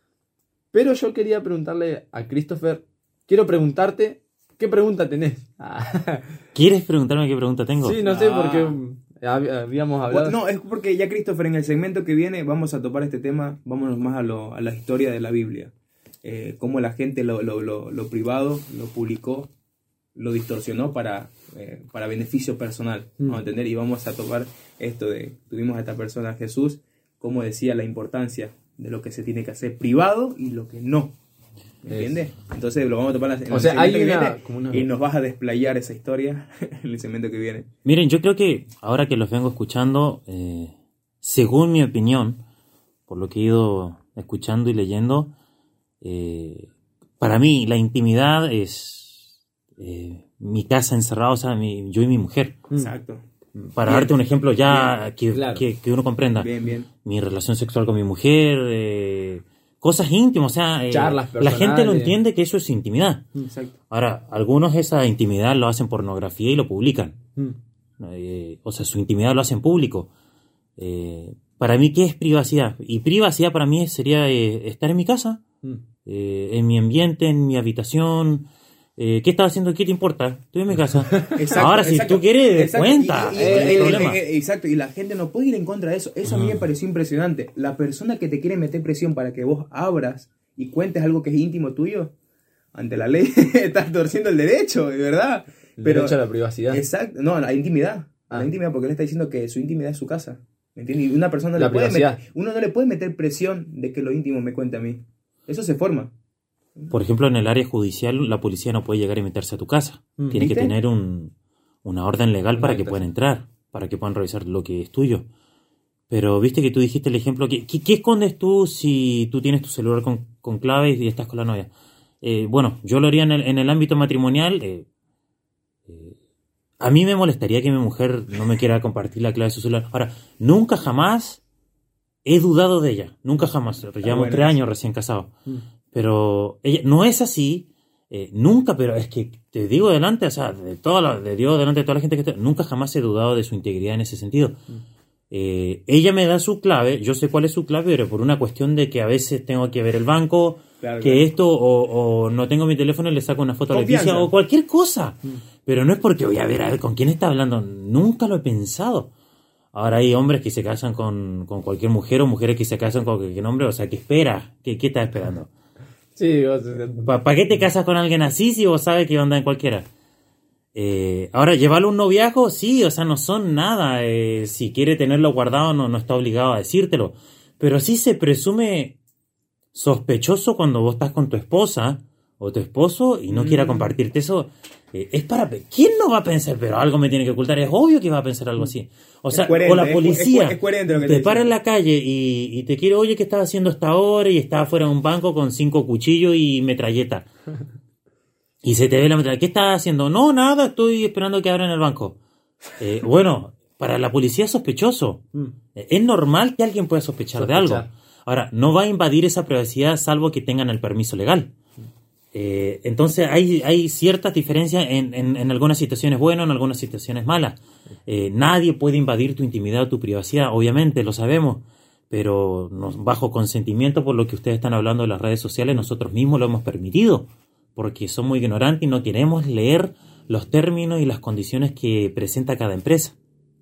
Pero yo quería preguntarle a Christopher, quiero preguntarte, ¿qué pregunta tenés? Ah, ¿Quieres preguntarme qué pregunta tengo? sí, no sé, Ah. porque um, hab- habíamos hablado. No, es porque ya Christopher en el segmento que viene vamos a topar este tema, vámonos más a, lo, a la historia de la Biblia. Eh, cómo la gente lo, lo, lo, lo privado, lo publicó, lo distorsionó para, eh, para beneficio personal, Mm. vamos a entender, y vamos a topar esto de, tuvimos a esta persona, Jesús, como decía la importancia de lo que se tiene que hacer privado y lo que no. ¿Me Es. entiendes? Entonces lo vamos a topar en O el sea, hay segmento que una- viene, como una- y nos vas a desplayar esa historia en el segmento que viene. Miren, yo creo que ahora que los vengo escuchando, eh, según mi opinión, por lo que he ido escuchando y leyendo, eh, para mí la intimidad es eh, mi casa encerrada, o sea, mi- yo y mi mujer. Mm. Exacto. Para Bien. darte un ejemplo ya que, Claro. que, que uno comprenda. Bien, bien. Mi relación sexual con mi mujer, eh, cosas íntimas, o sea, eh, Charlas la gente no personales. entiende que eso es intimidad. Exacto. Ahora, algunos esa intimidad lo hacen pornografía y lo publican. Mm. Eh, o sea, su intimidad lo hacen público. Eh, para mí, ¿qué es privacidad? Y privacidad para mí sería eh, estar en mi casa, Mm. eh, en mi ambiente, en mi habitación. Eh, ¿Qué estás haciendo? ¿Qué te importa? Estoy en mi casa. Exacto, Ahora, si exacto, tú quieres, exacto. cuenta. Y- y- no y- hay y- problema. y- y- exacto, y la gente no puede ir en contra de eso. Eso a mí me Ajá. pareció impresionante. La persona que te quiere meter presión para que vos abras y cuentes algo que es íntimo tuyo, ante la ley estás torciendo el derecho, de verdad. El Pero, derecho a la privacidad. exacto, no, la intimidad. Ah. La intimidad, porque él está diciendo que su intimidad es su casa. ¿Me entiendes? Y una persona no La le puede privacidad. meter, uno no le puede meter presión de que lo íntimo me cuente a mí. Eso se forma. Por ejemplo, en el área judicial, la policía no puede llegar y meterse a tu casa. Mm. Tiene que ¿Viste? tener un, una orden legal para que Exacto. puedan entrar, para que puedan revisar lo que es tuyo. Pero viste que tú dijiste el ejemplo, ¿qué, qué, qué escondes tú si tú tienes tu celular con, con claves y estás con la novia? Eh, bueno, yo lo haría en el, en el ámbito matrimonial. eh, eh, a mí me molestaría que mi mujer no me quiera compartir la clave de su celular. Ahora, nunca jamás he dudado de ella, nunca jamás. Llevamos bueno tres eso. años recién casados. Mm. Pero ella no es así, eh, nunca, pero es que te digo delante, o sea, de toda la, de Dios, delante de toda la gente que está, nunca jamás he dudado de su integridad en ese sentido. Eh, ella me da su clave, yo sé cuál es su clave, pero por una cuestión de que a veces tengo que ver el banco, Claro, que claro. esto, o, o no tengo mi teléfono y le saco una foto a Confianza. Leticia, o cualquier cosa. Pero no es porque voy a ver a ver con quién está hablando, nunca lo he pensado. Ahora hay hombres que se casan con, con cualquier mujer o mujeres que se casan con cualquier hombre, o sea, ¿qué espera? ¿Qué, qué estás esperando? Sí, vos- ¿Para qué te casas con alguien así si vos sabes que va a andar en cualquiera? Eh, ahora, llevarlo a un noviazgo, sí, o sea, no son nada. Eh, si quiere tenerlo guardado, no, no está obligado a decírtelo. Pero sí se presume sospechoso cuando vos estás con tu esposa o tu esposo y no mm. quiera compartirte eso. Eh, es para... ¿Quién no va a pensar? Pero algo me tiene que ocultar. Es obvio que va a pensar algo así. O sea, o la policía es, es, es lo que te, te para en la calle y, y te quiere, oye, ¿qué estás haciendo hasta ahora? Y estás afuera de un banco con cinco cuchillos y metralleta. Y se te ve la metralleta. ¿Qué estás haciendo? No, nada, estoy esperando que abran el banco. Eh, bueno, para la policía es sospechoso. Mm. Es normal que alguien pueda sospechar, sospechar de algo. Ahora, no va a invadir esa privacidad salvo que tengan el permiso legal. Eh, entonces hay, hay ciertas diferencias en, en, en algunas situaciones buenas, en algunas situaciones malas. Eh, nadie puede invadir tu intimidad o tu privacidad, obviamente, lo sabemos, pero nos, bajo consentimiento, por lo que ustedes están hablando de las redes sociales, nosotros mismos lo hemos permitido, porque somos ignorantes y no queremos leer los términos y las condiciones que presenta cada empresa.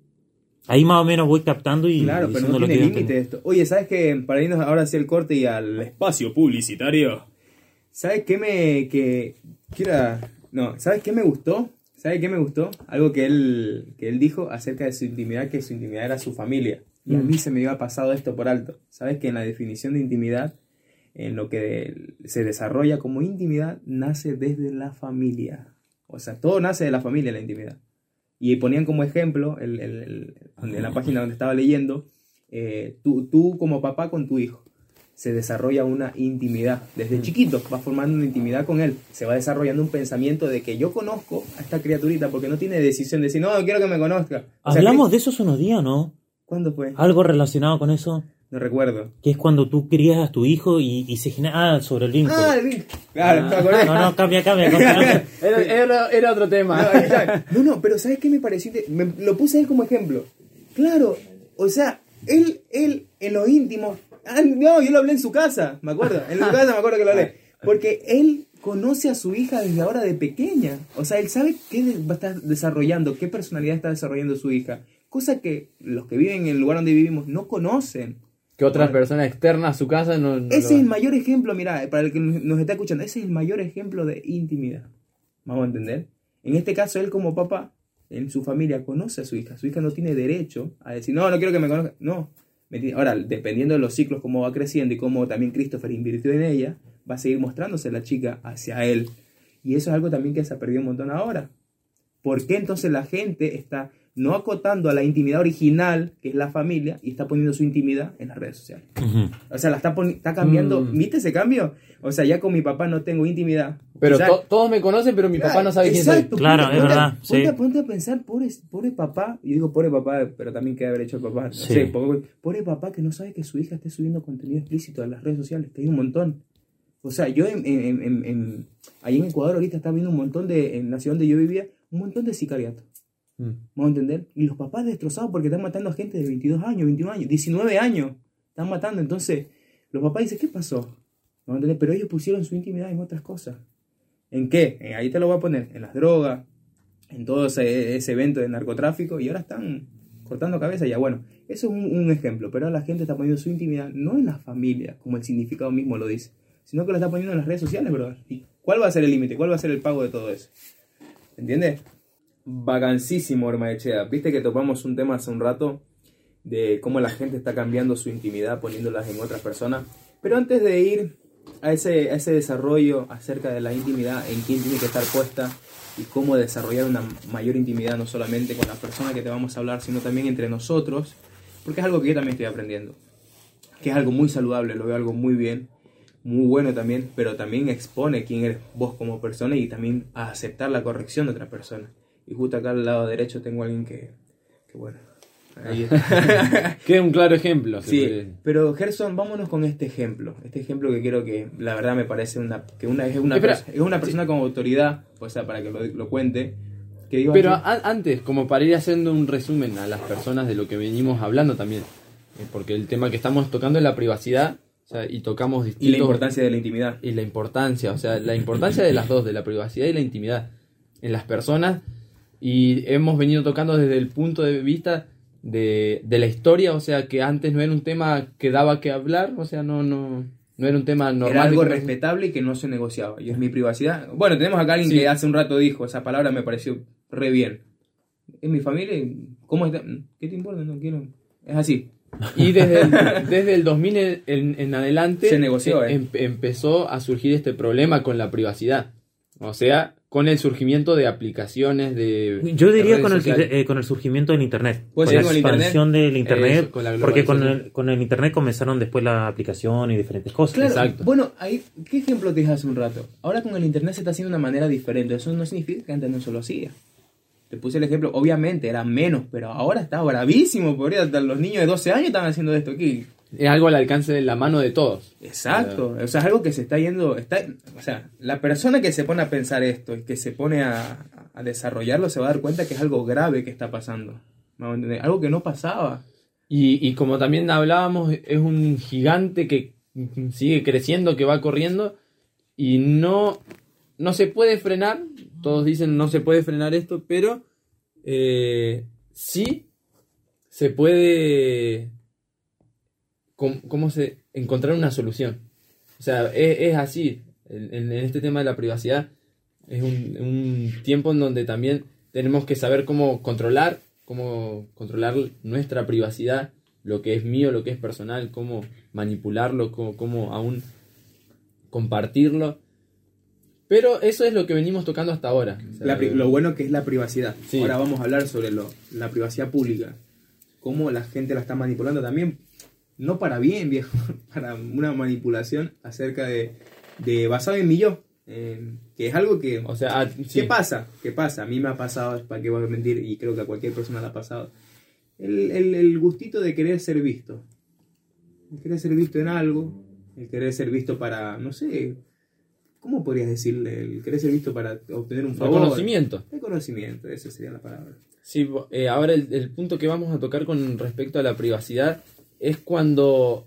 Ahí más o menos voy captando y... Claro, pero no tiene límite esto. Oye, ¿sabes qué? Para irnos ahora hacia el corte y al espacio publicitario... ¿Sabes qué me... que, que era, no, ¿sabes qué me gustó? ¿Sabes qué me gustó? Algo que él, que él dijo acerca de su intimidad, que su intimidad era su familia. Y mm. a mí se me había pasado esto por alto. ¿Sabes que en la definición de intimidad, en lo que se desarrolla como intimidad, nace desde la familia? O sea, todo nace de la familia, la intimidad. Y ponían como ejemplo, el, el, el, en la página donde estaba leyendo, eh, tú, tú como papá con tu hijo. Se desarrolla una intimidad. Desde chiquito vas formando una intimidad con él. Se va desarrollando un pensamiento de que yo conozco a esta criaturita porque no tiene decisión de decir, no, no quiero que me conozca. O Hablamos sea, de eso hace unos días, ¿no? ¿Cuándo fue? Algo relacionado con eso. No recuerdo. Que es cuando tú crías a tu hijo y, y se genera... Ah, sobre el vínculo. Ah, el vínculo. Claro, ah, me acordé. No, no, cambia, cambia. cambia. era, era, era otro tema. No, no, no, pero ¿sabes qué me pareció? Me, lo puse a él como ejemplo. Claro, o sea, él, él en lo íntimo... Ah, no, yo lo hablé en su casa, me acuerdo. En su casa me acuerdo que lo hablé. Porque él conoce a su hija desde ahora de pequeña. O sea, él sabe qué va a estar desarrollando, qué personalidad está desarrollando su hija. Cosa que los que viven en el lugar donde vivimos no conocen. Que otras personas externas a su casa no... no ese es el mayor ejemplo, mira, para el que nos está escuchando, ese es el mayor ejemplo de intimidad. ¿Vamos a entender? En este caso, él como papá, en su familia, conoce a su hija. Su hija no tiene derecho a decir, no, no quiero que me conozca. No. Ahora, dependiendo de los ciclos, cómo va creciendo y cómo también Christopher invirtió en ella, va a seguir mostrándose la chica hacia él. Y eso es algo también que se ha perdido un montón ahora. ¿Por qué entonces la gente está no acotando a la intimidad original, que es la familia, y está poniendo su intimidad en las redes sociales? Uh-huh. O sea, la está, poni- está cambiando. Mm. ¿Viste ese cambio? O sea, ya con mi papá no tengo intimidad. Pero to- todos me conocen, pero mi claro, papá no sabe quién exacto, soy. Claro, ponte, es ponte, verdad. Ponte, sí. ponte a pensar, pobre, pobre papá. Yo digo pobre papá, pero también que haber hecho el papá. No sí. sé, pobre, pobre papá que no sabe que su hija esté subiendo contenido explícito a las redes sociales, que hay un montón. O sea, yo en, en, en, en, ahí en Ecuador ahorita estaba viendo un montón de, en la ciudad donde yo vivía, un montón de sicariatos. Mm. ¿Vamos a entender? Y los papás destrozados porque están matando a gente de veintidós años, veintiuno años, diecinueve años. Están matando. Entonces, los papás dicen, ¿qué pasó? ¿Vamos a entender? Pero ellos pusieron su intimidad en otras cosas. ¿En qué? En, ahí te lo voy a poner. En las drogas, en todo ese, ese evento de narcotráfico, y ahora están cortando cabeza. Ya, bueno, eso es un, un ejemplo. Pero la gente está poniendo su intimidad no en la familia, como el significado mismo lo dice, sino que lo está poniendo en las redes sociales, ¿verdad? ¿Y cuál va a ser el límite? ¿Cuál va a ser el pago de todo eso? ¿Entiendes? Vacancísimo, Ormaechea. Viste que topamos un tema hace un rato de cómo la gente está cambiando su intimidad poniéndolas en otras personas. Pero antes de ir a ese, a ese desarrollo acerca de la intimidad, en quién tiene que estar puesta y cómo desarrollar una mayor intimidad no solamente con la persona que te vamos a hablar, sino también entre nosotros, porque es algo que yo también estoy aprendiendo, que es algo muy saludable, lo veo algo muy bien, muy bueno también, pero también expone quién eres vos como persona y también a aceptar la corrección de otra persona. Y justo acá al lado derecho tengo a alguien que, que bueno, ahí está. Que es un claro ejemplo. Sí, pero Gerson, vámonos con este ejemplo. Este ejemplo que quiero que, la verdad me parece una, que una, es, una Espera, pers- es una persona sí. con autoridad, o sea, para que lo, lo cuente. Que digo pero aquí, a- antes, como para ir haciendo un resumen a las personas de lo que venimos hablando también, eh, porque el tema que estamos tocando es la privacidad. O sea, y tocamos distintos... Y la importancia de la intimidad. Y la importancia, o sea, la importancia de las dos, de la privacidad y la intimidad en las personas. Y hemos venido tocando desde el punto de vista de, de la historia, o sea, que antes no era un tema que daba que hablar, o sea, no no no era un tema normal. Era algo que respetable y que no se negociaba. Y es mi privacidad. Bueno, tenemos acá a alguien sí. que hace un rato dijo, esa palabra me pareció re bien. Es mi familia, ¿cómo está? ¿Qué te importa? No quiero. Es así. Y desde el, desde el dos mil en, en, en adelante se negoció, em, eh. empezó a surgir este problema con la privacidad. O sea, con el surgimiento de aplicaciones de Yo diría de con el, sociales. eh, con el surgimiento del Internet. Puede Con ser la con el Internet. expansión del Internet. Eso, con la porque con globalización. el, con el Internet comenzaron después la aplicación y diferentes cosas. Claro, Exacto. bueno, ahí, ¿qué ejemplo te dije hace un rato? Ahora con el internet se está haciendo de una manera diferente. Eso no significa que antes no se lo hacía. Te puse el ejemplo, obviamente era menos, pero ahora está bravísimo. Podría, hasta los niños de doce años están haciendo esto aquí. Es algo al alcance de la mano de todos. Exacto, o sea, es algo que se está yendo, está, o sea, la persona que se pone a pensar esto y que se pone a, a desarrollarlo se va a dar cuenta que es algo grave que está pasando. ¿Me entiendes? Algo que no pasaba. Y, y como también hablábamos, es un gigante que sigue creciendo, que va corriendo y no, no se puede frenar. Todos dicen no se puede frenar esto, pero eh, sí se puede... ¿Cómo se encontrar una solución? O sea, es, es así. En, en este tema de la privacidad es un, un tiempo en donde también tenemos que saber cómo controlar, cómo controlar nuestra privacidad, lo que es mío, lo que es personal, cómo manipularlo, cómo, cómo aún compartirlo. Pero eso es lo que venimos tocando hasta ahora. O sea, La pri- lo bueno que es la privacidad. Sí. Ahora vamos a hablar sobre lo, la privacidad pública. Cómo la gente la está manipulando también. No para bien, viejo, para una manipulación acerca de, de basado en mi yo, eh, que es algo que... O sea, ah, ¿Qué sí. pasa? ¿Qué pasa? A mí me ha pasado, para qué voy a mentir, y creo que a cualquier persona le ha pasado, el, el, el gustito de querer ser visto. El querer ser visto en algo, el querer ser visto para, no sé, ¿cómo podrías decirle? El querer ser visto para obtener un favor. Reconocimiento. Reconocimiento, esa sería la palabra. Sí, eh, ahora el, el punto que vamos a tocar con respecto a la privacidad es cuando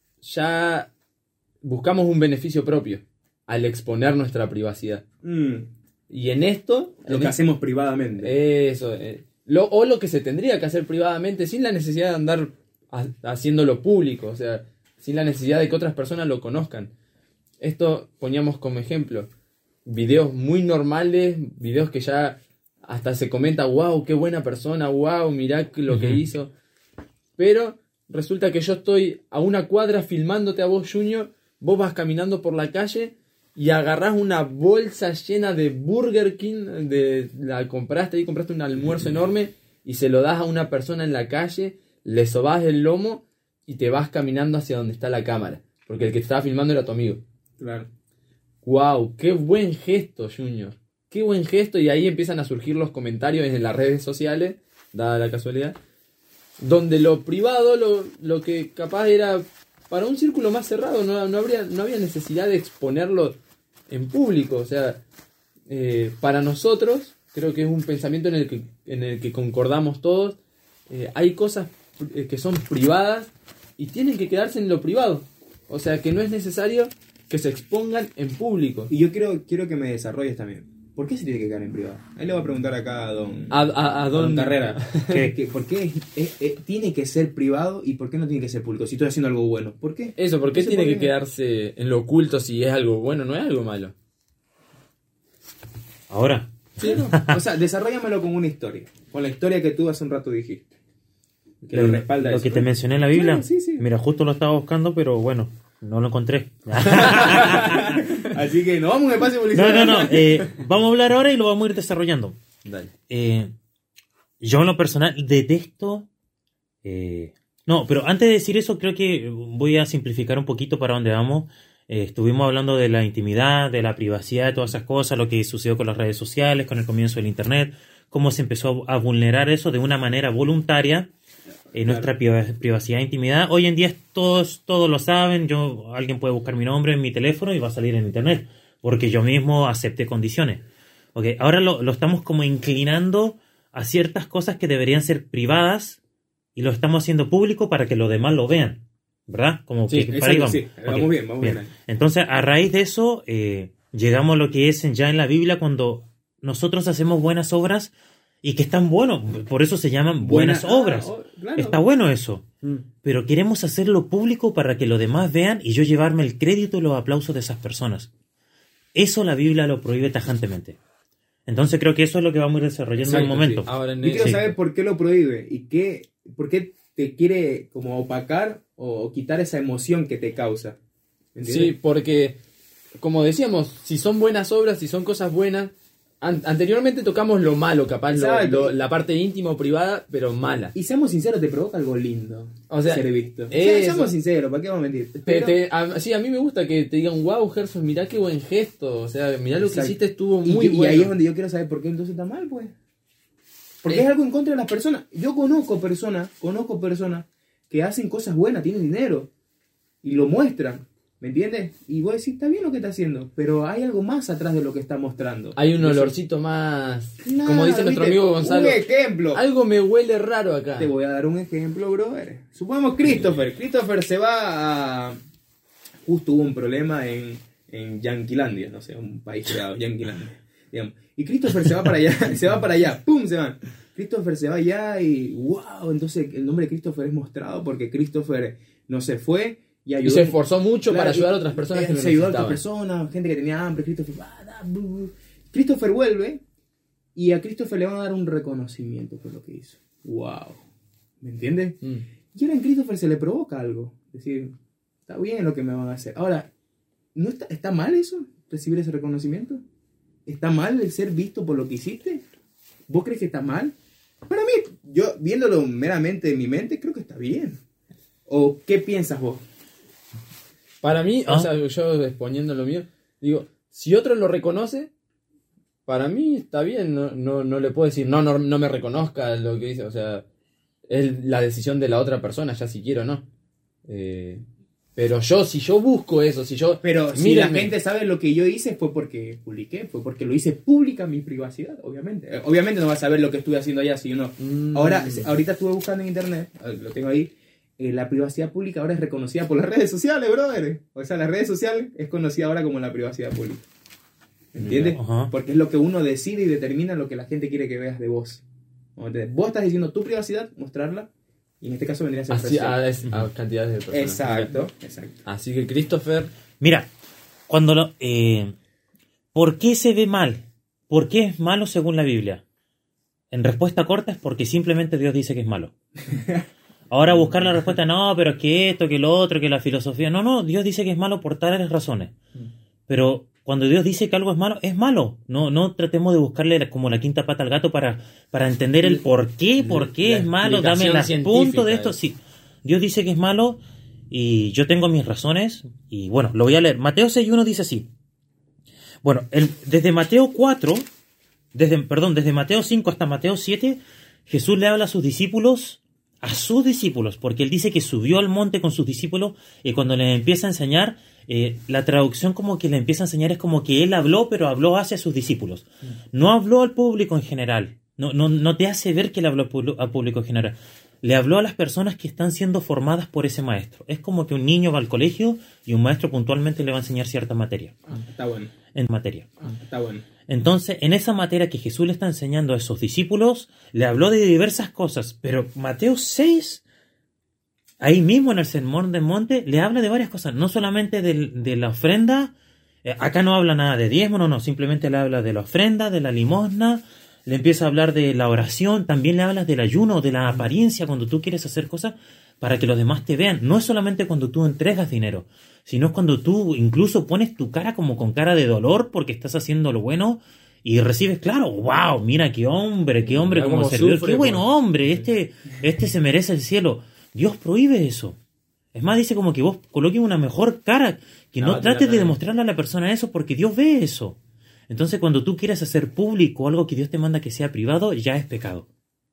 ya buscamos un beneficio propio al exponer nuestra privacidad. Mm, Y en esto... lo en que es- hacemos privadamente. Eso. eh, lo, o lo que se tendría que hacer privadamente sin la necesidad de andar ha- haciéndolo público. O sea, sin la necesidad de que otras personas lo conozcan. Esto poníamos como ejemplo. Videos muy normales, videos que ya hasta se comenta, wow, qué buena persona, wow, mirá lo que Ujú. hizo. Pero resulta que yo estoy a una cuadra filmándote a vos, Junior, vos vas caminando por la calle y agarrás una bolsa llena de Burger King, de, la compraste ahí, compraste un almuerzo enorme y se lo das a una persona en la calle, le sobás el lomo y te vas caminando hacia donde está la cámara, porque el que te estaba filmando era tu amigo. Claro. ¡Wow! ¡Qué buen gesto, Junior! ¡Qué buen gesto! Y ahí empiezan a surgir los comentarios en las redes sociales, dada la casualidad, donde lo privado, lo, lo que capaz era para un círculo más cerrado, no, no, habría, no había necesidad de exponerlo en público. O sea, eh, para nosotros, creo que es un pensamiento en el que, en el que concordamos todos, eh, hay cosas eh, que son privadas y tienen que quedarse en lo privado. O sea, que no es necesario que se expongan en público. Y yo quiero, quiero que me desarrolles también. ¿Por qué se tiene que quedar en privado? Ahí le voy a preguntar acá a don, A, a, a a don don Carrera. ¿Qué? ¿Qué- ¿Por qué es- es- es- tiene que ser privado y por qué no tiene que ser público? Si estoy haciendo algo bueno, ¿por qué? Eso, ¿por qué Eso tiene por que qué. quedarse en lo oculto si es algo bueno? No es algo malo. Ahora, Sí, no. O sea, desarrollamelo con una historia. Con la historia que tú hace un rato dijiste. Que lo lo, respalda lo eso. que te mencioné en la Biblia, Claro, sí, sí. mira, justo lo estaba buscando, pero bueno, no lo encontré. Así que no vamos a un espacio No, publicitario. no, no. eh, vamos a hablar ahora y lo vamos a ir desarrollando. Dale. Eh, yo en lo personal detesto... eh, no, pero antes de decir eso, creo que voy a simplificar un poquito para dónde vamos. Eh, estuvimos hablando de la intimidad, de la privacidad, de todas esas cosas, lo que sucedió con las redes sociales, con el comienzo del Internet, cómo se empezó a vulnerar eso de una manera voluntaria, eh, nuestra priva- privacidad e intimidad. Hoy en día todos, todos lo saben, yo, alguien puede buscar mi nombre en mi teléfono y va a salir en Internet, porque yo mismo acepté condiciones. Okay, ahora lo, lo estamos como inclinando a ciertas cosas que deberían ser privadas y lo estamos haciendo público para que los demás lo vean, ¿verdad? Como Sí, que para ahí exacto, vamos. sí. Vamos Ok, bien, vamos bien ahí. Entonces, a raíz de eso, eh, llegamos a lo que es ya en la Biblia cuando nosotros hacemos buenas obras y que están buenos, por eso se llaman buenas Buena- obras. ah, oh, claro. Está bueno eso. Mm. Pero queremos hacerlo público para que los demás vean y yo llevarme el crédito y los aplausos de esas personas. Eso la Biblia lo prohíbe tajantemente. Entonces creo que eso es lo que vamos a ir desarrollando en un momento. Sí. Ahora en Yo el- quiero Sí. saber por qué lo prohíbe y qué, por qué te quiere como opacar o quitar esa emoción que te causa. ¿Entiendes? Sí, porque, como decíamos, si son buenas obras, si son cosas buenas, an- anteriormente tocamos lo malo, capaz, lo- Exacto. lo- la parte íntima o privada, pero mala. Y seamos sinceros, te provoca algo lindo. O sea, ser visto. O sea, eso. seamos sinceros, ¿para qué vamos a mentir? Te- Pero- te- a, sí, a mí me gusta que te digan, wow, Gerson, mirá qué buen gesto, o sea, mirá lo que Exacto. hiciste, estuvo y, muy y bueno. ahí es donde yo quiero saber por qué entonces está mal, pues. Porque Eh. es algo en contra de las personas. Yo conozco personas, conozco personas que hacen cosas buenas, tienen dinero y lo muestran, ¿me entiendes? Y vos decís, está bien lo que está haciendo, pero hay algo más atrás de lo que está mostrando. Hay un Y eso- olorcito más, Claro, como dice nuestro ¿viste? amigo Gonzalo, Un ejemplo. algo me huele raro acá. Te voy a dar un ejemplo, brother. Supongamos Christopher. Christopher se va a... Justo hubo un problema en, en Yanquilandia, no sé, un país creado, Yanquilandia. Digamos. Y Christopher se va para allá, se va para allá, ¡pum! Se van. Christopher se va allá y ¡wow! Entonces el nombre de Christopher es mostrado porque Christopher no se fue y ayudó. Y se esforzó mucho Claro, para ayudar a y- otras personas que eh, lo se ayudó a necesitaban. otras personas, gente que tenía hambre. Christopher, va, da, bu, bu. Christopher vuelve y a Christopher le van a dar un reconocimiento por lo que hizo. ¡Wow! ¿Me entiendes? Mm. Y ahora en Christopher se le provoca algo. Es decir, está bien lo que me van a hacer. Ahora, ¿no está, ¿está mal eso? ¿Recibir ese reconocimiento? ¿Está mal el ser visto por lo que hiciste? ¿Vos crees que está mal? Para mí, yo viéndolo meramente en mi mente, creo que está bien. ¿O qué piensas vos? Para mí, Ah. o sea, yo exponiendo lo mío, digo, si otro lo reconoce, para mí está bien, no, no, no le puedo decir, no, no, no me reconozca lo que dice, o sea, es la decisión de la otra persona, ya si quiero o no. Eh, pero yo, si yo busco eso, si yo... Pero si mírenme, la gente sabe lo que yo hice fue porque publiqué, fue porque lo hice pública mi privacidad, obviamente. Eh, Obviamente no vas a saber lo que estuve haciendo allá si yo no. Mm. Ahora, ahorita estuve buscando en internet, eh, lo tengo ahí, eh, la privacidad pública ahora es reconocida por las redes sociales, brother. O sea, las redes sociales es conocida ahora como la privacidad pública. ¿Entiendes? Ajá. Porque es lo que uno decide y determina lo que la gente quiere que veas de vos. ¿Me entiendes? Vos estás diciendo tu privacidad, mostrarla, y en este caso vendría a ser así, presión. a, es- a cantidades de personas. Exacto, exacto. Así que Christopher, Mira, cuando lo, eh, ¿por qué se ve mal? ¿Por qué es malo según la Biblia? En respuesta corta es porque simplemente Dios dice que es malo. Ahora buscar la respuesta, no, pero es que esto, que lo otro, que la filosofía. No, no, Dios dice que es malo por tales razones. Pero cuando Dios dice que algo es malo, es malo. No, no tratemos de buscarle como la quinta pata al gato para, para entender el por qué, por qué La es malo. Dame explicación el punto de científica esto. de- Sí, Dios dice que es malo y yo tengo mis razones. Y bueno, lo voy a leer. Mateo seis uno dice así. Bueno, el, desde Mateo cuatro, desde, perdón, desde Mateo cinco hasta Mateo siete, Jesús le habla a sus discípulos, a sus discípulos, porque él dice que subió al monte con sus discípulos y cuando les empieza a enseñar, eh, la traducción como que le empieza a enseñar es como que él habló, pero habló hacia sus discípulos. No habló al público en general. No, no, no te hace ver que le habló al pu- al público en general. Le habló a las personas que están siendo formadas por ese maestro. Es como que un niño va al colegio y un maestro puntualmente le va a enseñar cierta materia. Ah, está bueno, En materia. ah, está bueno. Entonces, en esa materia que Jesús le está enseñando a esos discípulos, le habló de diversas cosas, pero Mateo seis, ahí mismo en el Sermón del Monte, le habla de varias cosas, no solamente del- de, la ofrenda, eh, acá no habla nada de diezmo, no, no, simplemente le habla de la ofrenda, de la limosna, le empieza a hablar de la oración, también le hablas del ayuno, de la apariencia, cuando tú quieres hacer cosas para que los demás te vean, no es solamente cuando tú entregas dinero, sino es cuando tú incluso pones tu cara como con cara de dolor porque estás haciendo lo bueno y recibes, claro, wow, mira qué hombre, qué hombre Mira como cómo servidor, sufre qué buen por- hombre, este, este se merece el cielo. Dios prohíbe eso. Es más, dice como que vos coloques una mejor cara, que no Ah, trates claro, de claro. demostrarle a la persona eso porque Dios ve eso. Entonces cuando tú quieres hacer público algo que Dios te manda que sea privado, ya es pecado.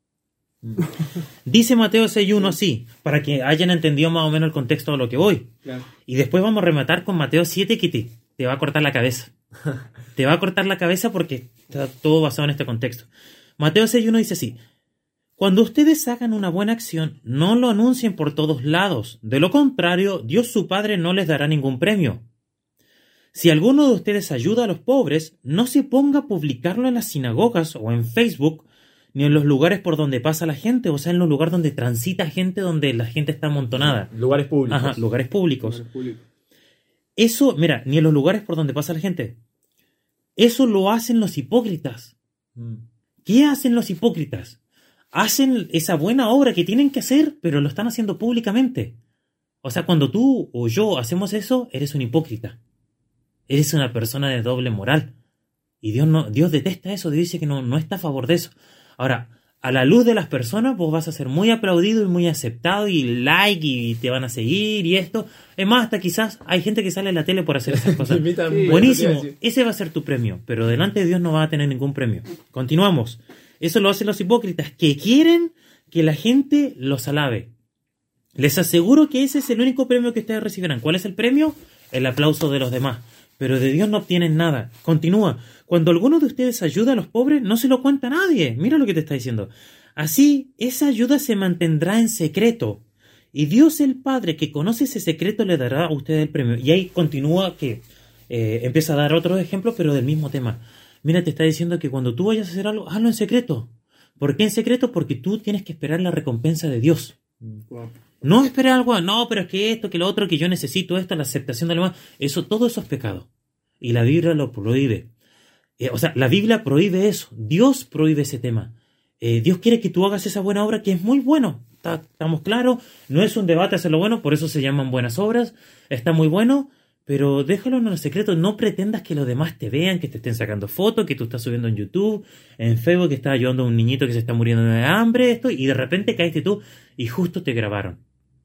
Dice Mateo seis uno así, para que hayan entendido más o menos el contexto de lo que voy. Claro. Y después vamos a rematar con Mateo siete que te, te va a cortar la cabeza. Te va a cortar la cabeza porque está todo basado en este contexto. Mateo seis uno dice así. Cuando ustedes hagan una buena acción, no lo anuncien por todos lados. De lo contrario, Dios su Padre no les dará ningún premio. Si alguno de ustedes ayuda a los pobres, no se ponga a publicarlo en las sinagogas o en Facebook, ni en los lugares por donde pasa la gente, o sea, en los lugares donde transita gente, donde la gente está amontonada. lugares públicos. Ajá, lugares públicos. Bueno, público. Eso, mira, ni en los lugares por donde pasa la gente. Eso lo hacen los hipócritas. ¿Qué hacen los hipócritas? Hacen esa buena obra que tienen que hacer, pero lo están haciendo públicamente. O sea, cuando tú o yo hacemos eso, eres un hipócrita. Eres una persona de doble moral. Y Dios no, Dios detesta eso, Dios dice que no, no está a favor de eso. Ahora, a la luz de las personas, vos vas a ser muy aplaudido y muy aceptado, y like, y te van a seguir, y esto. Es más, hasta quizás hay gente que sale en la tele por hacer esas cosas. Sí, buenísimo, ese va a ser tu premio, pero delante de Dios no vas a tener ningún premio. Continuamos. Eso lo hacen los hipócritas, que quieren que la gente los alabe. Les aseguro que ese es el único premio que ustedes recibirán. ¿Cuál es el premio? El aplauso de los demás. Pero de Dios no obtienen nada. Continúa. Cuando alguno de ustedes ayuda a los pobres, no se lo cuenta a nadie. Mira lo que te está diciendo. Así, esa ayuda se mantendrá en secreto. Y Dios el Padre, que conoce ese secreto, le dará a ustedes el premio. Y ahí continúa que eh, empieza a dar otros ejemplos, pero del mismo tema. Mira, te está diciendo que cuando tú vayas a hacer algo, hazlo en secreto. ¿Por qué en secreto? Porque tú tienes que esperar la recompensa de Dios. Wow. No esperar algo, no, pero es que esto, que lo otro, que yo necesito esto, la aceptación de lo demás. Eso, todo eso es pecado. Y la Biblia lo prohíbe. Eh, o sea, la Biblia prohíbe eso. Dios prohíbe ese tema. Eh, Dios quiere que tú hagas esa buena obra, que es muy bueno. Está, estamos claros. No es un debate hacerlo bueno, por eso se llaman buenas obras. Está muy bueno, pero déjalo en el secreto. No pretendas que los demás te vean, que te estén sacando fotos, que tú estás subiendo en YouTube, en Facebook, que estás ayudando a un niñito que se está muriendo de hambre, esto, y de repente caíste tú y justo te grabaron.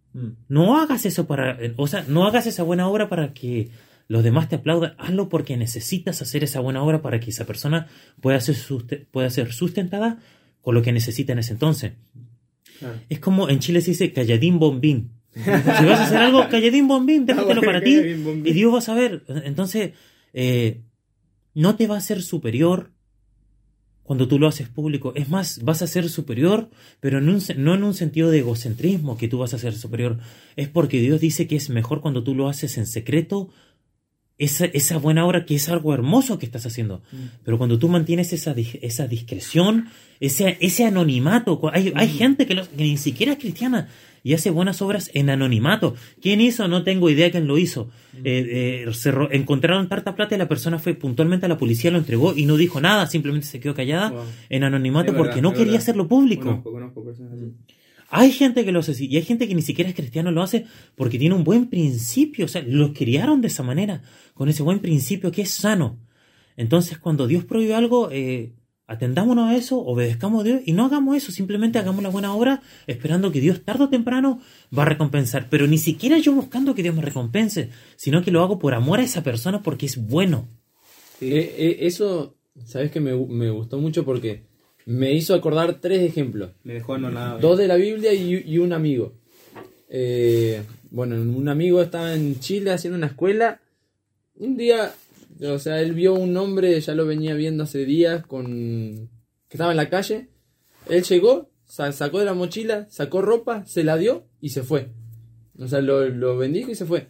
No hagas eso para, o sea, no hagas esa buena obra para que los demás te aplaudan. Hazlo porque necesitas hacer esa buena obra para que esa persona pueda ser, susten- pueda ser sustentada con lo que necesita en ese entonces. Claro. Es como en Chile se dice calladín bombín. Si vas a hacer algo, calladín bombín, déjatelo para ti y Dios va a saber. Entonces, eh, no te va a ser superior cuando tú lo haces público. Es más, vas a ser superior, pero en un, no en un sentido de egocentrismo que tú vas a ser superior. Es porque Dios dice que es mejor cuando tú lo haces en secreto, esa, esa buena obra, que es algo hermoso que estás haciendo. Mm. Pero cuando tú mantienes esa, esa discreción, ese, ese anonimato, hay, hay mm. gente que, lo, que ni siquiera es cristiana y hace buenas obras en anonimato. ¿Quién hizo? No tengo idea quién lo hizo. Mm. Eh, eh, se ro- encontraron tarta plata y la persona fue puntualmente a la policía, lo entregó y no dijo nada, simplemente se quedó callada wow. en anonimato verdad, porque no quería verdad. hacerlo público. Conozco, conozco personas así. Hay gente que lo hace así y hay gente que ni siquiera es cristiano, lo hace porque tiene un buen principio, o sea, los criaron de esa manera, con ese buen principio que es sano. Entonces, cuando Dios prohíbe algo, eh, atendámonos a eso, obedezcamos a Dios y no hagamos eso, simplemente hagamos la buena obra esperando que Dios tarde o temprano va a recompensar, pero ni siquiera yo buscando que Dios me recompense, sino que lo hago por amor a esa persona porque es bueno. Sí. Eh, eh, eso, sabes que me, me gustó mucho porque me hizo acordar tres ejemplos. Me dejó anonadado. Dos de la Biblia y, y un amigo. Eh, bueno, un amigo estaba en Chile haciendo una escuela. Un día, o sea, él vio un hombre, ya lo venía viendo hace días, con que estaba en la calle. Él llegó, sacó de la mochila, sacó ropa, se la dio y se fue. O sea, lo, lo bendijo y se fue.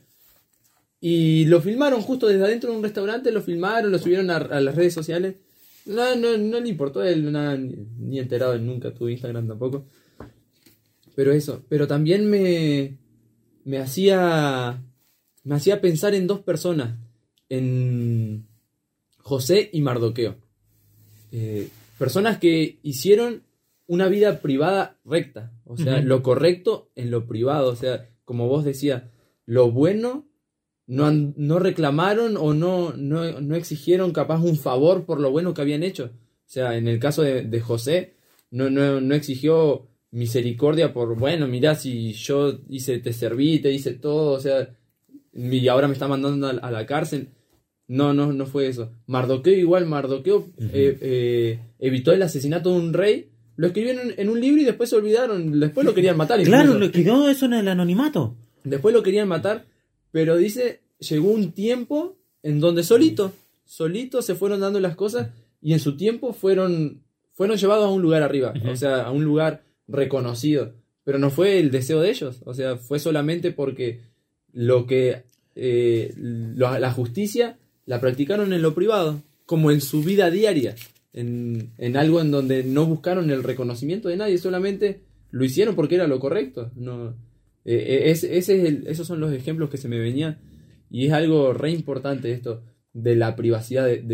Y lo filmaron justo desde adentro de un restaurante, lo filmaron, lo subieron a, a las redes sociales. No, no, no le importó a él nada, ni, ni enterado, él nunca tuvo Instagram tampoco. Pero eso, pero también me, me hacía, me hacía pensar en dos personas, en José y Mardoqueo. Eh, personas que hicieron una vida privada recta, o sea, uh-huh. lo correcto en lo privado, o sea, como vos decías, lo bueno. No, no reclamaron o no, no, no exigieron capaz un favor por lo bueno que habían hecho. O sea, en el caso de, de José, no, no, no exigió misericordia por, bueno, mirá, si yo hice, te serví, te hice todo, o sea, y ahora me está mandando a, a la cárcel. No, no, no fue eso. Mardoqueo igual, Mardoqueo uh-huh. eh, eh, evitó el asesinato de un rey, lo escribieron en, en un libro y después se olvidaron, después lo querían matar. Claro, lo quedó eso en el anonimato. Después lo querían matar. Pero dice, llegó un tiempo en donde solito, solito se fueron dando las cosas y en su tiempo fueron, fueron llevados a un lugar arriba, uh-huh. o sea, a un lugar reconocido. Pero no fue el deseo de ellos, o sea, fue solamente porque lo que eh, lo, la justicia la practicaron en lo privado, como en su vida diaria, en, en algo en donde no buscaron el reconocimiento de nadie, solamente lo hicieron porque era lo correcto, no... Eh, es, ese es el, esos son los ejemplos que se me venían y es algo re importante esto de la privacidad, de, de,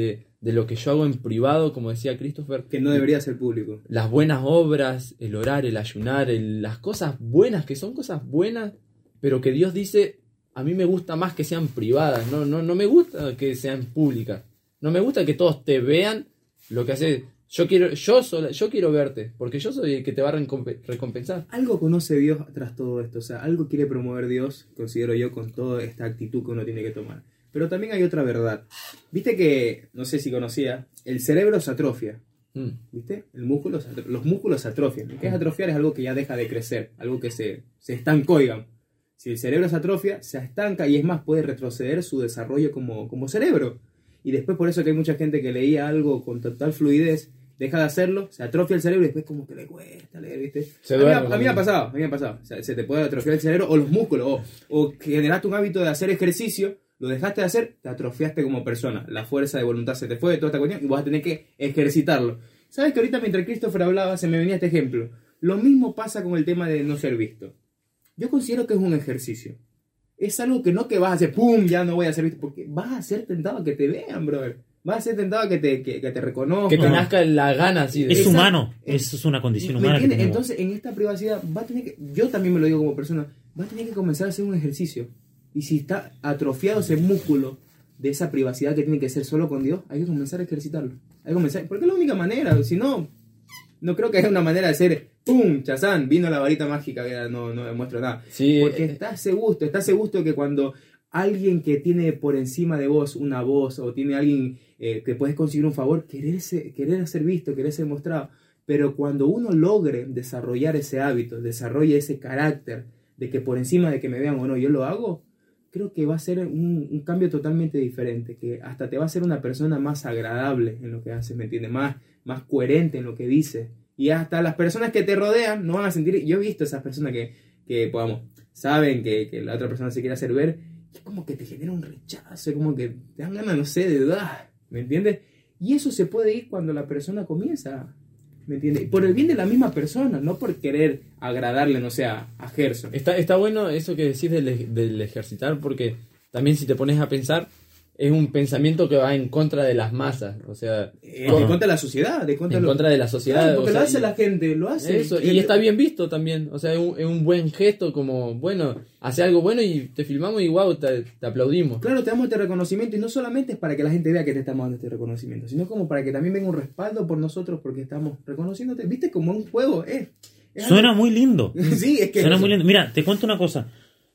de lo que yo hago en privado, como decía Christopher. Que no debería ser público. Las buenas obras, el orar, el ayunar, el, las cosas buenas, que son cosas buenas, pero que Dios dice, a mí me gusta más que sean privadas, no, no, no me gusta que sean públicas. No me gusta que todos te vean lo que haces. Yo quiero, yo, sola, yo quiero verte, porque yo soy el que te va a recomp- recompensar. Algo conoce Dios tras todo esto, o sea, algo quiere promover Dios, considero yo, con toda esta actitud que uno tiene que tomar. Pero también hay otra verdad. Viste que, no sé si conocía, el cerebro se atrofia. Mm. ¿Viste? El músculo, se atro- los músculos se atrofian. ¿Qué es atrofiar? Es algo que ya deja de crecer, algo que se, se estancó, digamos. Si el cerebro se atrofia, se estanca y es más, puede retroceder su desarrollo como, como cerebro. Y después por eso que hay mucha gente que leía algo con total fluidez, deja de hacerlo, se atrofia el cerebro y después como que le cuesta leer, ¿viste? Se a, mí, duerme, a mí me ha pasado, a mí me ha pasado. O sea, se te puede atrofiar el cerebro o los músculos, o, o generaste un hábito de hacer ejercicio, lo dejaste de hacer, te atrofiaste como persona. La fuerza de voluntad se te fue de toda esta cuestión y vas a tener que ejercitarlo. ¿Sabes que ahorita mientras Christopher hablaba se me venía este ejemplo? Lo mismo pasa con el tema de no ser visto. Yo considero que es un ejercicio. Es algo que no que vas a hacer, ¡pum!, ya no voy a ser visto, porque vas a ser tentado a que te vean, brother. Vas a ser tentado a que te, que, que te reconozcan. Que te nazca la gana así de... Es Esa- humano, eso es una condición ¿Me humana. que entiendes? tenemos. Entonces, en esta privacidad, va a tener que, yo también me lo digo como persona, va a tener que comenzar a hacer un ejercicio. Y si está atrofiado ese músculo de esa privacidad que tiene que ser solo con Dios, hay que comenzar a ejercitarlo. Hay que comenzar, porque es la única manera. Si no, no creo que haya una manera de ser, ¡pum!, chazán, vino la varita mágica, ya no, no demuestro nada. Sí, Porque eh, estás ese gusto, estás ese gusto que cuando alguien que tiene por encima de vos una voz o tiene alguien eh, que puedes conseguir un favor, querer, ser, querer ser visto, querer ser mostrado. Pero cuando uno logre desarrollar ese hábito, desarrolle ese carácter de que por encima de que me vean o no, yo lo hago, creo que va a ser un, un cambio totalmente diferente, que hasta te va a hacer una persona más agradable en lo que haces, ¿me entiendes? Más, más coherente en lo que dices. Y hasta las personas que te rodean no van a sentir... Yo he visto esas personas que, que digamos, saben que, que la otra persona se quiere hacer ver, es como que te genera un rechazo, es como que te dan ganas, no sé, de dar, ¿me entiendes? Y eso se puede ir cuando la persona comienza, ¿me entiendes? Por el bien de la misma persona, no por querer agradarle, no sé, a, a Gerson. Está, está bueno eso que decís del, ej- del ejercitar, porque también si te pones a pensar, es un pensamiento que va en contra de las masas, o sea, Eh, todo- de contra de la sociedad, de contra en lo- contra de la sociedad. Claro, porque o sea, lo hace y- la gente, lo hace. Eso, y está bien visto también, o sea, es un, es un buen gesto, como, bueno, hace algo bueno y te filmamos y wow, te, te aplaudimos. Claro, te damos este reconocimiento y no solamente es para que la gente vea que te estamos dando este reconocimiento, sino como para que también venga un respaldo por nosotros porque estamos reconociéndote. ¿Viste? Como un juego, eh. Es Suena algo- muy lindo. Sí, es que... Suena muy lindo. Mira, te cuento una cosa.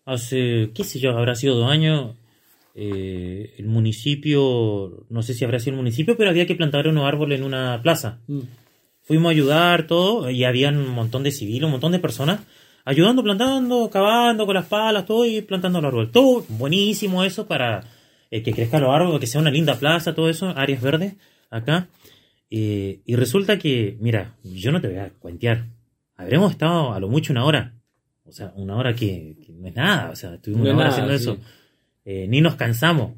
Hace, qué sé yo, habrá sido dos años, eh, el municipio, no sé si habrá sido el municipio, pero había que plantar unos árboles en una plaza. Mm. Fuimos a ayudar, todo, y había un montón de civiles, un montón de personas, ayudando, plantando, cavando con las palas, todo, y plantando los árboles. Todo buenísimo eso para eh, que crezcan los árboles, que sea una linda plaza, todo eso, áreas verdes, acá. Eh, y resulta que, mira, yo no te voy a cuentear, habremos estado a lo mucho una hora. O sea, una hora que, que no es nada, o sea, estuvimos No una es hora nada, haciendo sí. eso. Eh, ni nos cansamos.